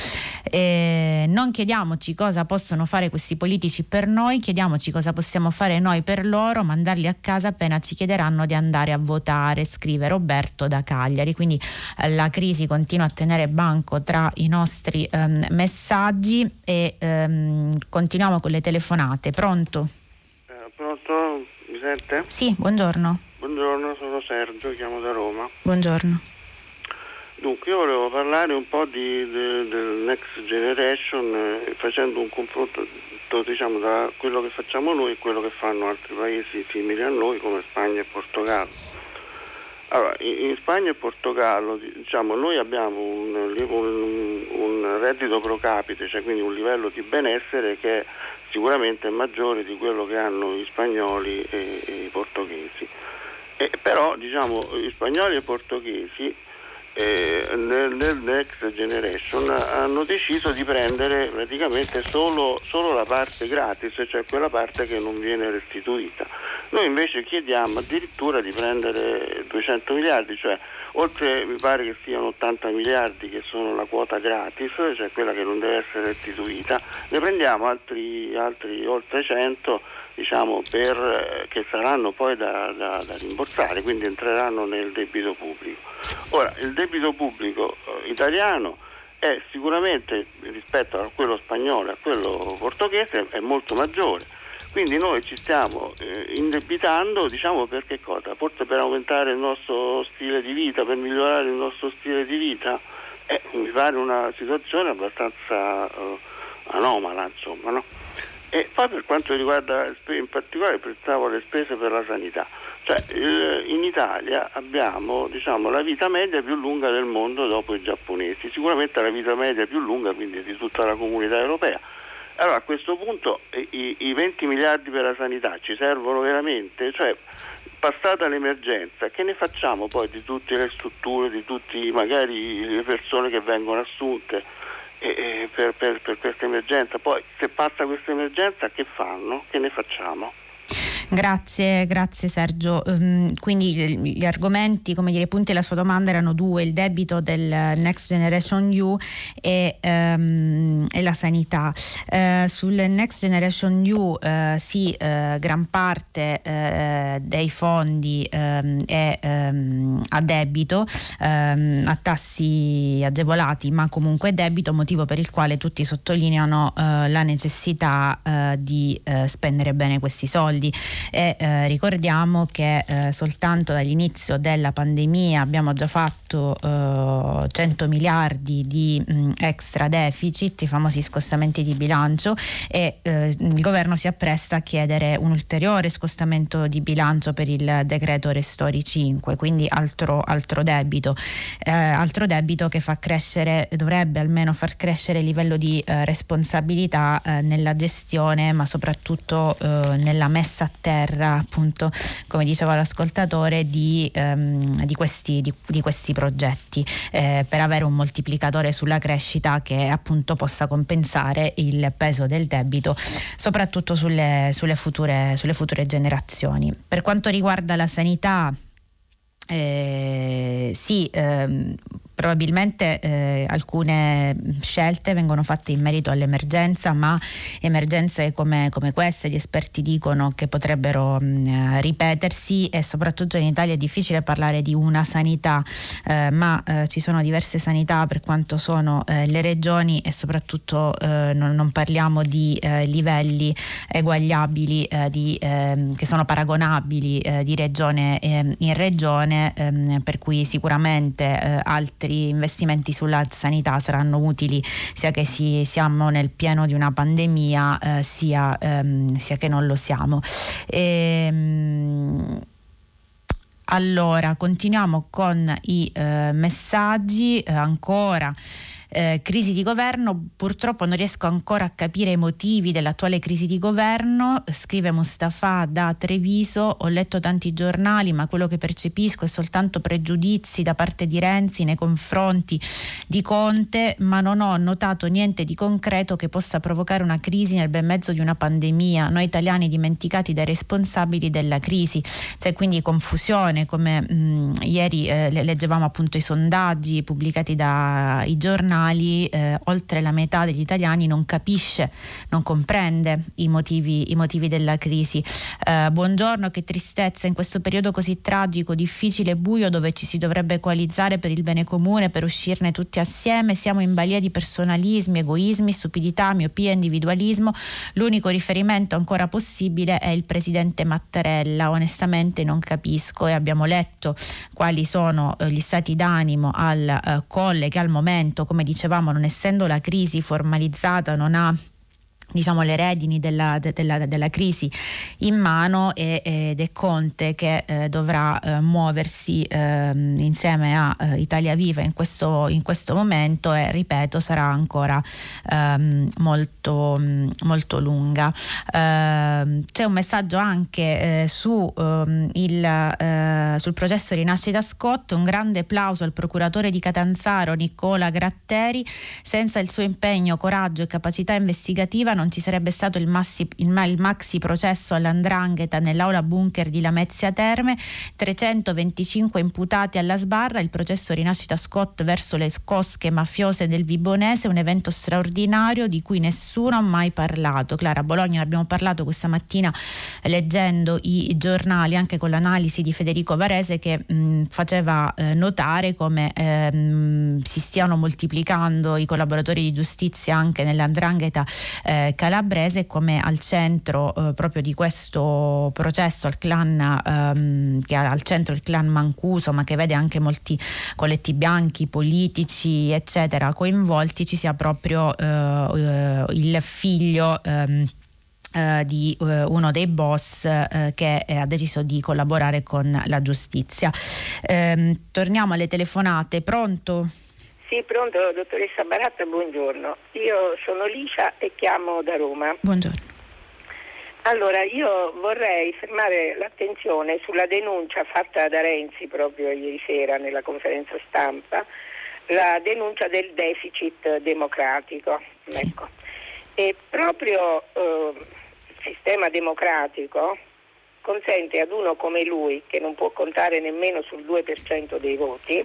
E non chiediamoci cosa possono fare questi politici per noi, chiediamoci cosa possiamo fare noi per loro, mandarli a casa appena ci chiederanno di andare a votare, scrive Roberto da Cagliari. Quindi eh, la crisi continua a tenere banco tra i nostri ehm, messaggi e ehm, continuiamo con le telefonate. Pronto? Eh, pronto? Mi sente? Sì, buongiorno. Buongiorno, sono Sergio, chiamo da Roma. Buongiorno. Dunque, io volevo parlare un po' di, de, del Next Generation eh, facendo un confronto, diciamo, tra quello che facciamo noi e quello che fanno altri paesi simili a noi come Spagna e Portogallo. Allora, in, in Spagna e Portogallo, diciamo, noi abbiamo un, un, un reddito pro capite, cioè quindi un livello di benessere che è sicuramente maggiore di quello che hanno gli spagnoli e, e i portoghesi. E, però, diciamo, gli spagnoli e i portoghesi Eh, nel, nel Next Generation hanno deciso di prendere praticamente solo, solo la parte gratis, cioè quella parte che non viene restituita. Noi invece chiediamo addirittura di prendere duecento miliardi, cioè oltre, mi pare che siano ottanta miliardi che sono la quota gratis, cioè quella che non deve essere restituita, ne prendiamo altri, altri oltre cento, diciamo, per, eh, che saranno poi da, da, da rimborsare, quindi entreranno nel debito pubblico. Ora, il debito pubblico eh, italiano è sicuramente, rispetto a quello spagnolo e a quello portoghese, è molto maggiore. Quindi noi ci stiamo eh, indebitando, diciamo, per che cosa? Forse per aumentare il nostro stile di vita, per migliorare il nostro stile di vita. Eh, mi pare una situazione abbastanza eh, anomala, insomma, no? E poi per quanto riguarda in particolare pensavo alle spese per la sanità, cioè in Italia abbiamo, diciamo, la vita media più lunga del mondo dopo i giapponesi, sicuramente la vita media più lunga quindi di tutta la comunità europea. Allora a questo punto i, i venti miliardi per la sanità ci servono veramente? Cioè, passata l'emergenza, che ne facciamo poi di tutte le strutture, di tutti magari le persone che vengono assunte e, e per, per, per questa emergenza? Poi se passa questa emergenza che fanno? Che ne facciamo? Grazie, grazie Sergio. Um, quindi gli argomenti, come dire, i punti della sua domanda erano due: il debito del Next Generation E U e, um, e la sanità. Uh, sul Next Generation E U uh, sì, uh, gran parte uh, dei fondi um, è um, a debito, um, a tassi agevolati, ma comunque debito, motivo per il quale tutti sottolineano uh, la necessità uh, di uh, spendere bene questi soldi. E eh, ricordiamo che eh, soltanto dall'inizio della pandemia abbiamo già fatto eh, cento miliardi di mh, extra deficit, i famosi scostamenti di bilancio, e eh, il governo si appresta a chiedere un ulteriore scostamento di bilancio per il decreto Ristori cinque, quindi altro, altro debito eh, altro debito che fa crescere, dovrebbe almeno far crescere il livello di eh, responsabilità eh, nella gestione, ma soprattutto eh, nella messa a terra, appunto, come diceva l'ascoltatore, di, um, di, questi, di, di questi progetti, eh, per avere un moltiplicatore sulla crescita che appunto possa compensare il peso del debito, soprattutto sulle, sulle, future, sulle future generazioni. Per quanto riguarda la sanità, eh, sì, ehm, probabilmente eh, alcune scelte vengono fatte in merito all'emergenza, ma emergenze come, come queste gli esperti dicono che potrebbero mh, ripetersi, e soprattutto in Italia è difficile parlare di una sanità, eh, ma eh, ci sono diverse sanità per quanto sono eh, le regioni, e soprattutto eh, non, non parliamo di eh, livelli eguagliabili, eh, di, eh, che sono paragonabili eh, di regione eh, in regione, eh, per cui sicuramente eh, altri investimenti sulla sanità saranno utili, sia che si, siamo nel pieno di una pandemia, eh, sia, ehm, sia che non lo siamo. E, allora, continuiamo con i eh, messaggi. Eh, ancora Eh, crisi di governo, purtroppo non riesco ancora a capire i motivi dell'attuale crisi di governo, scrive Mustafa da Treviso. Ho letto tanti giornali, ma quello che percepisco è soltanto pregiudizi da parte di Renzi nei confronti di Conte, ma non ho notato niente di concreto che possa provocare una crisi nel bel mezzo di una pandemia, noi italiani dimenticati dai responsabili della crisi. C'è quindi confusione, come mh, ieri eh, leggevamo appunto i sondaggi pubblicati dai giornali. Eh, oltre la metà degli italiani non capisce, non comprende i motivi, i motivi della crisi. Eh, buongiorno, che tristezza in questo periodo così tragico, difficile e buio, dove ci si dovrebbe coalizzare per il bene comune, per uscirne tutti assieme. Siamo in balia di personalismi, egoismi, stupidità, miopia, individualismo. L'unico riferimento ancora possibile è il presidente Mattarella. Onestamente non capisco, e abbiamo letto quali sono eh, gli stati d'animo al eh, Colle, che al momento, come dicevamo, non essendo la crisi formalizzata, non ha, diciamo, le redini della, della, della crisi in mano, e, ed è Conte che eh, dovrà eh, muoversi eh, insieme a eh, Italia Viva in questo, in questo momento, e ripeto, sarà ancora eh, molto, molto lunga. Eh, c'è un messaggio anche eh, su, eh, il, eh, sul processo Rinascita Scott. Un grande applauso al procuratore di Catanzaro Nicola Gratteri. Senza il suo impegno, coraggio e capacità investigativa non ci sarebbe stato il, massi, il, il maxi processo all'Andrangheta nell'aula bunker di Lamezia Terme, trecentoventicinque imputati alla sbarra, il processo Rinascita Scott verso le cosche mafiose del Vibonese, un evento straordinario di cui nessuno ha mai parlato. Clara, a Bologna ne abbiamo parlato questa mattina leggendo i giornali, anche con l'analisi di Federico Varese, che mh, faceva eh, notare come eh, si stiano moltiplicando i collaboratori di giustizia anche nell'Andrangheta, eh, eh, calabrese, come al centro eh, proprio di questo processo al clan, ehm, che ha al centro il clan Mancuso, ma che vede anche molti colletti bianchi, politici eccetera coinvolti, ci sia proprio eh, eh, il figlio ehm, Uh, di uh, uno dei boss uh, che eh, ha deciso di collaborare con la giustizia. Um, torniamo alle telefonate. Pronto? Sì, pronto, dottoressa Baratta, buongiorno. Io sono Licia e chiamo da Roma. Buongiorno. Allora, io vorrei fermare l'attenzione sulla denuncia fatta da Renzi proprio ieri sera nella conferenza stampa, la denuncia del deficit democratico. Sì. Ecco. E proprio eh, il sistema democratico consente ad uno come lui, che non può contare nemmeno sul due per cento dei voti,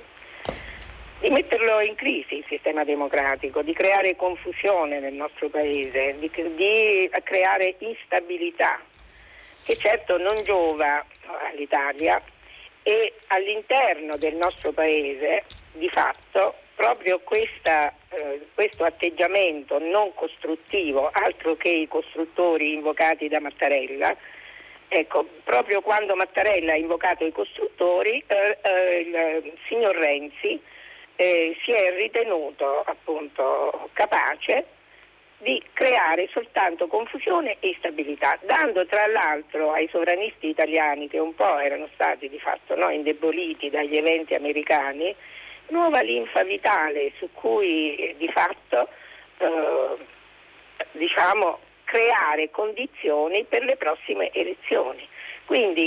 di metterlo in crisi il sistema democratico, di creare confusione nel nostro paese, di, di creare instabilità, che certo non giova all'Italia, e all'interno del nostro paese di fatto proprio questa, eh, questo atteggiamento non costruttivo, altro che i costruttori invocati da Mattarella. Ecco, proprio quando Mattarella ha invocato i costruttori, eh, eh, il signor Renzi eh, si è ritenuto appunto capace di creare soltanto confusione e instabilità, dando tra l'altro ai sovranisti italiani, che un po' erano stati di fatto no, indeboliti dagli eventi americani, nuova linfa vitale su cui eh, di fatto eh, diciamo creare condizioni per le prossime elezioni. Quindi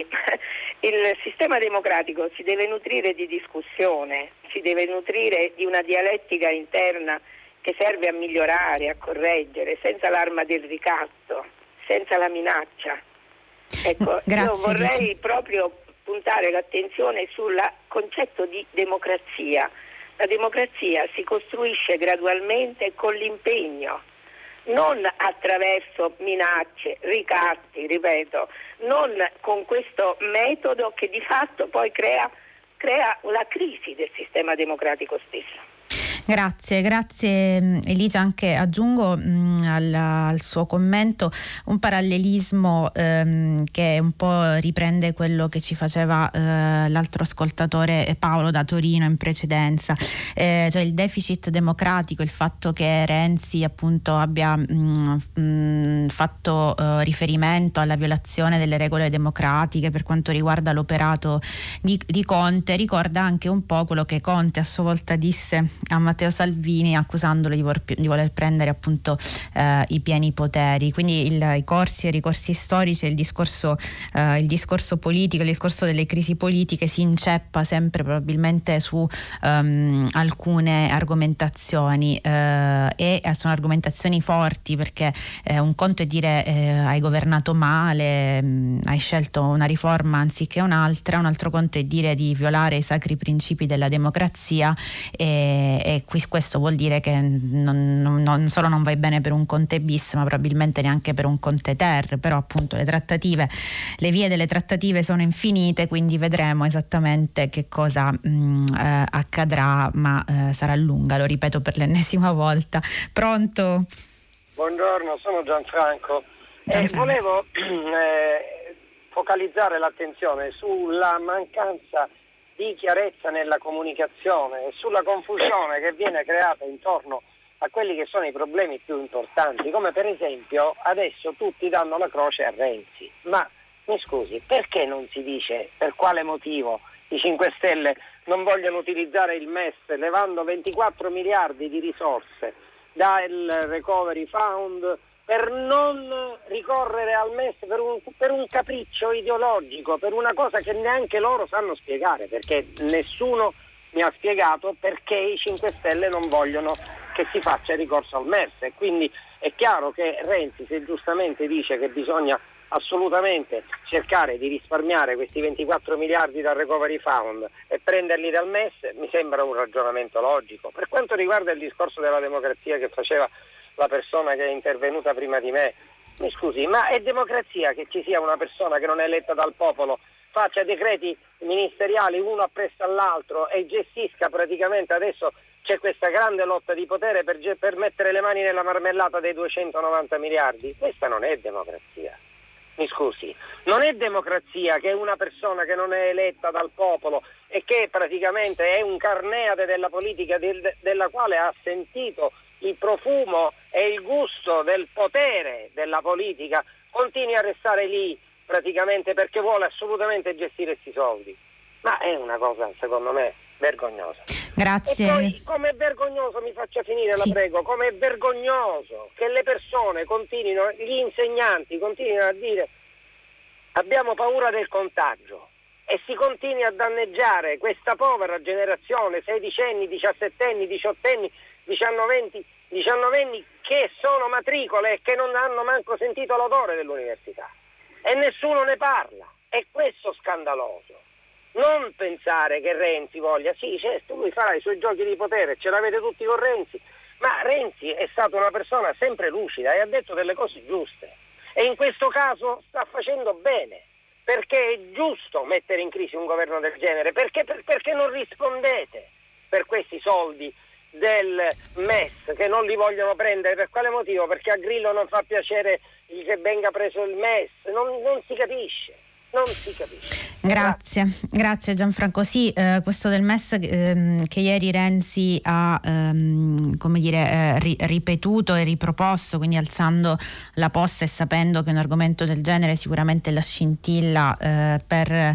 il sistema democratico si deve nutrire di discussione, si deve nutrire di una dialettica interna che serve a migliorare, a correggere, senza l'arma del ricatto, senza la minaccia. Ecco, Grazie, io vorrei Licia. proprio puntare l'attenzione sul concetto di democrazia. La democrazia si costruisce gradualmente con l'impegno, non attraverso minacce, ricatti, ripeto, non con questo metodo che di fatto poi crea, crea una crisi del sistema democratico stesso. Grazie, grazie Elicia. Anche aggiungo mh, al, al suo commento un parallelismo ehm, che un po' riprende quello che ci faceva eh, l'altro ascoltatore Paolo da Torino in precedenza, eh, cioè il deficit democratico, il fatto che Renzi appunto abbia mh, mh, fatto eh, riferimento alla violazione delle regole democratiche per quanto riguarda l'operato di, di Conte, ricorda anche un po' quello che Conte a sua volta disse a Matteo Salvini, accusandolo di, vor- di voler prendere appunto eh, i pieni poteri. Quindi il, i corsi e i ricorsi storici, il discorso, eh, il discorso politico, il discorso delle crisi politiche si inceppa sempre probabilmente su um, alcune argomentazioni eh, e sono argomentazioni forti, perché eh, un conto è dire eh, hai governato male, mh, hai scelto una riforma anziché un'altra, un altro conto è dire di violare i sacri principi della democrazia, e, e qui questo vuol dire che non, non, non solo non vai bene per un Conte bis, ma probabilmente neanche per un Conte ter. Però appunto le trattative, le vie delle trattative sono infinite, quindi vedremo esattamente che cosa mh, eh, accadrà, ma eh, sarà lunga, lo ripeto per l'ennesima volta. Pronto? Buongiorno, sono Gianfranco. Gianfranco. Eh, volevo eh, focalizzare l'attenzione sulla mancanza di chiarezza nella comunicazione e sulla confusione che viene creata intorno a quelli che sono i problemi più importanti, come per esempio adesso tutti danno la croce a Renzi. Ma mi scusi, perché non si dice per quale motivo i cinque Stelle non vogliono utilizzare il M E S levando ventiquattro miliardi di risorse dal Recovery Fund per non ricorrere al M E S per un, per un capriccio ideologico, per una cosa che neanche loro sanno spiegare, perché nessuno mi ha spiegato perché i cinque Stelle non vogliono che si faccia ricorso al M E S. E quindi è chiaro che Renzi, se giustamente dice che bisogna assolutamente cercare di risparmiare questi ventiquattro miliardi dal Recovery Fund e prenderli dal M E S, mi sembra un ragionamento logico. Per quanto riguarda il discorso della democrazia che faceva la persona che è intervenuta prima di me, mi scusi, ma è democrazia che ci sia una persona che non è eletta dal popolo, faccia decreti ministeriali uno appresso all'altro e gestisca praticamente adesso c'è questa grande lotta di potere per, per mettere le mani nella marmellata dei duecentonovanta miliardi. Questa non è democrazia. Mi scusi, non è democrazia che una persona che non è eletta dal popolo e che praticamente è un carneade della politica del, della quale ha sentito il profumo e il gusto del potere della politica, continui a restare lì praticamente perché vuole assolutamente gestire questi soldi. Ma è una cosa, secondo me, vergognosa. Grazie. E poi, come è vergognoso, mi faccia finire, sì. la prego, come è vergognoso che le persone continuino, gli insegnanti continuino a dire abbiamo paura del contagio e si continui a danneggiare questa povera generazione, sedicenni, diciassettenni, diciottenni, diciannovenni, diciannovenni che sono matricole e che non hanno manco sentito l'odore dell'università. E nessuno ne parla, è questo scandaloso. Non pensare che Renzi voglia, sì certo lui farà i suoi giochi di potere, ce l'avete tutti con Renzi, ma Renzi è stata una persona sempre lucida e ha detto delle cose giuste e in questo caso sta facendo bene, perché è giusto mettere in crisi un governo del genere, perché, per, perché non rispondete per questi soldi del M E S che non li vogliono prendere. Per quale motivo? Perché a Grillo non fa piacere che venga preso il M E S, non, non si capisce, non si capisce. Grazie, grazie Gianfranco. Sì, eh, questo del M E S ehm, che ieri Renzi ha ehm, come dire, eh, ri- ripetuto e riproposto, quindi alzando la posta e sapendo che un argomento del genere sicuramente è la scintilla eh, per eh,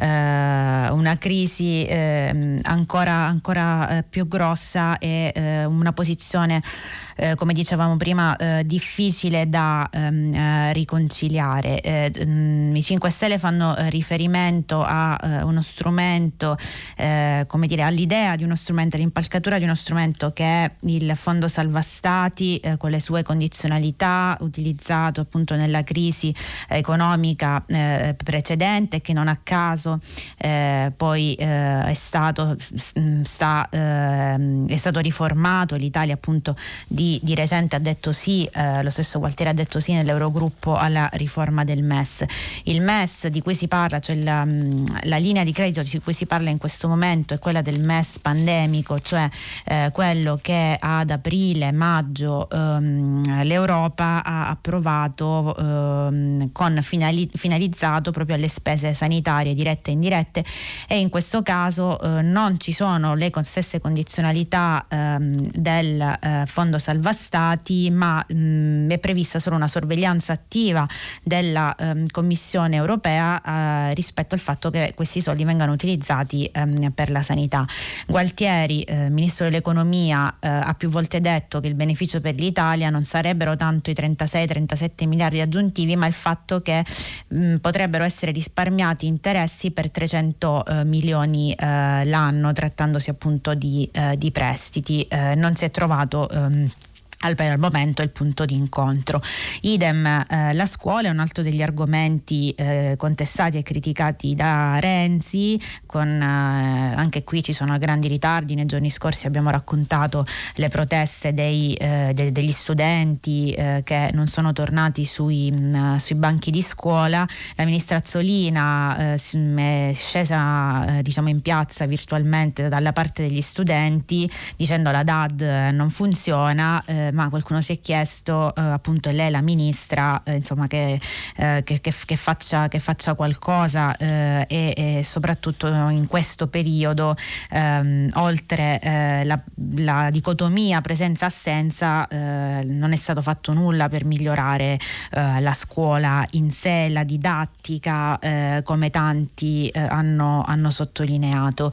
una crisi eh, ancora, ancora eh, più grossa e eh, una posizione Eh, come dicevamo prima, eh, difficile da ehm, eh, riconciliare. Eh, mh, I cinque Stelle fanno eh, riferimento a eh, uno strumento, eh, come dire, all'idea di uno strumento, all'impalcatura di uno strumento che è il Fondo Salva Stati eh, con le sue condizionalità, utilizzato appunto nella crisi eh, economica eh, precedente, che non a caso eh, poi eh, è stato sta, eh, è stato riformato. L'Italia appunto di Di, di recente ha detto sì, eh, lo stesso Gualtieri ha detto sì nell'Eurogruppo alla riforma del M E S. Il M E S di cui si parla, cioè la, la linea di credito di cui si parla in questo momento è quella del M E S pandemico, cioè eh, quello che ad aprile, maggio ehm, l'Europa ha approvato ehm, con finali, finalizzato proprio alle spese sanitarie dirette e indirette, e in questo caso eh, non ci sono le stesse condizionalità ehm, del eh, Fondo Salva Stati, ma mh, è prevista solo una sorveglianza attiva della ehm, Commissione europea eh, rispetto al fatto che questi soldi vengano utilizzati ehm, per la sanità. Gualtieri, eh, ministro dell'economia, eh, ha più volte detto che il beneficio per l'Italia non sarebbero tanto i trentasei trentasette miliardi aggiuntivi, ma il fatto che mh, potrebbero essere risparmiati interessi per trecento eh, milioni eh, l'anno, trattandosi appunto di, eh, di prestiti. Eh, non si è trovato ehm, al, al momento il punto di incontro. Idem eh, la scuola è un altro degli argomenti eh, contestati e criticati da Renzi, con eh, anche qui ci sono grandi ritardi. Nei giorni scorsi abbiamo raccontato le proteste dei, eh, de, degli studenti eh, che non sono tornati sui, mh, sui banchi di scuola. La ministra Azzolina eh, è scesa eh, diciamo in piazza virtualmente dalla parte degli studenti dicendo la D A D non funziona, eh, ma qualcuno si è chiesto eh, appunto, lei la ministra eh, insomma che, eh, che, che, che, faccia, che faccia qualcosa eh, e, e soprattutto in questo periodo ehm, oltre eh, la, la dicotomia presenza-assenza eh, non è stato fatto nulla per migliorare eh, la scuola in sé, la didattica, eh, come tanti eh, hanno, hanno sottolineato.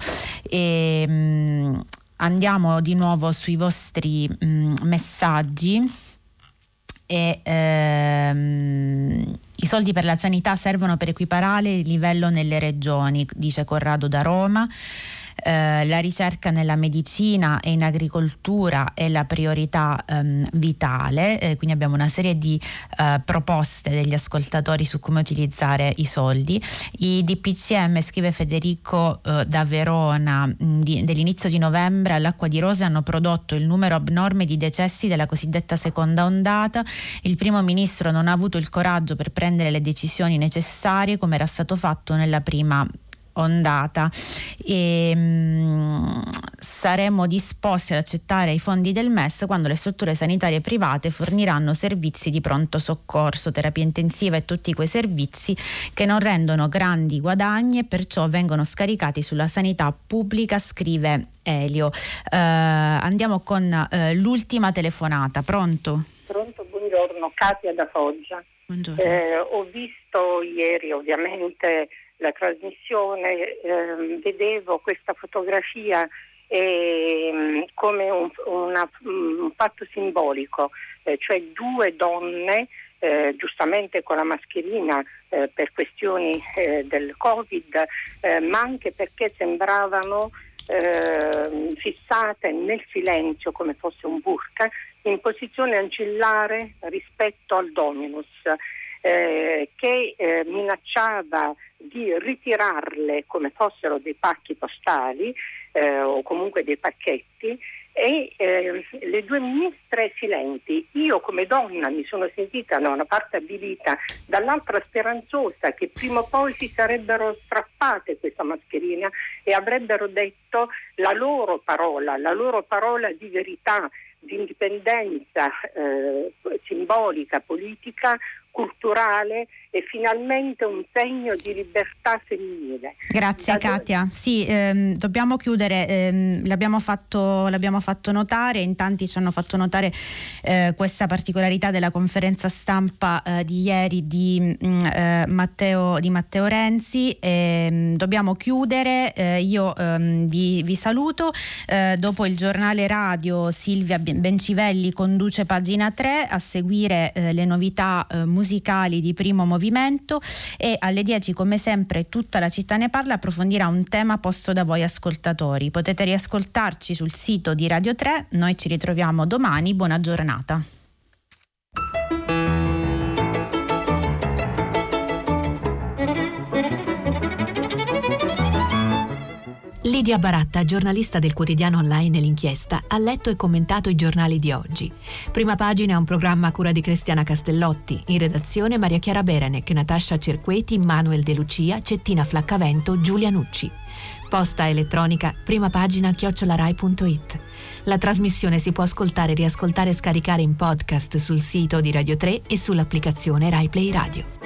E, mh, andiamo di nuovo sui vostri mh, messaggi. E ehm, i soldi per la sanità servono per equiparare il livello nelle regioni, dice Corrado da Roma. Eh, la ricerca nella medicina e in agricoltura è la priorità ehm, vitale, eh, quindi abbiamo una serie di eh, proposte degli ascoltatori su come utilizzare i soldi. I D P C M, scrive Federico eh, da Verona, mh, di, dell'inizio di novembre all'Acqua di Rose hanno prodotto il numero abnorme di decessi della cosiddetta seconda ondata. Il primo ministro non ha avuto il coraggio per prendere le decisioni necessarie come era stato fatto nella prima ondata. E, mh, saremo disposti ad accettare i fondi del M E S quando le strutture sanitarie private forniranno servizi di pronto soccorso, terapia intensiva e tutti quei servizi che non rendono grandi guadagni e perciò vengono scaricati sulla sanità pubblica, scrive Elio. Eh, andiamo con eh, l'ultima telefonata. Pronto? Pronto, buongiorno, Katia da Foggia. Buongiorno. Eh, ho visto ieri ovviamente la trasmissione, eh, vedevo questa fotografia eh, come un, una, un fatto simbolico, eh, cioè due donne eh, giustamente con la mascherina eh, per questioni eh, del Covid, eh, ma anche perché sembravano eh, fissate nel silenzio come fosse un burqa, in posizione ancillare rispetto al Dominus, eh, che eh, minacciava di ritirarle come fossero dei pacchi postali eh, o comunque dei pacchetti, e eh, le due ministre silenti. Io come donna mi sono sentita da una parte avvilita, dall'altra speranzosa che prima o poi si sarebbero strappate questa mascherina e avrebbero detto la loro parola, la loro parola di verità, di indipendenza eh, simbolica, politica, culturale e finalmente un segno di libertà femminile. Grazie da Katia. Sì, ehm, dobbiamo chiudere, ehm, l'abbiamo fatto, l'abbiamo fatto notare, in tanti ci hanno fatto notare eh, questa particolarità della conferenza stampa eh, di ieri di, mh, eh, Matteo, di Matteo Renzi. E, dobbiamo chiudere, eh, io ehm, vi, vi saluto. Eh, dopo il giornale radio Silvia Bencivelli conduce Pagina tre, a seguire eh, le novità eh, musicali di Primo Movimento, e alle dieci come sempre Tutta la città ne parla approfondirà un tema posto da voi ascoltatori. Potete riascoltarci sul sito di Radio tre, noi ci ritroviamo domani, buona giornata. Lidia Baratta, giornalista del quotidiano online L'Inchiesta, ha letto e commentato i giornali di oggi. Prima Pagina è un programma a cura di Cristiana Castellotti, in redazione Maria Chiara Berenec, Natascia Cerqueti, Manuel De Lucia, Cettina Flaccavento, Giulia Nucci. Posta elettronica primapagina chiocciola rai punto it. La trasmissione si può ascoltare, riascoltare e scaricare in podcast sul sito di Radio tre e sull'applicazione Rai Play Radio.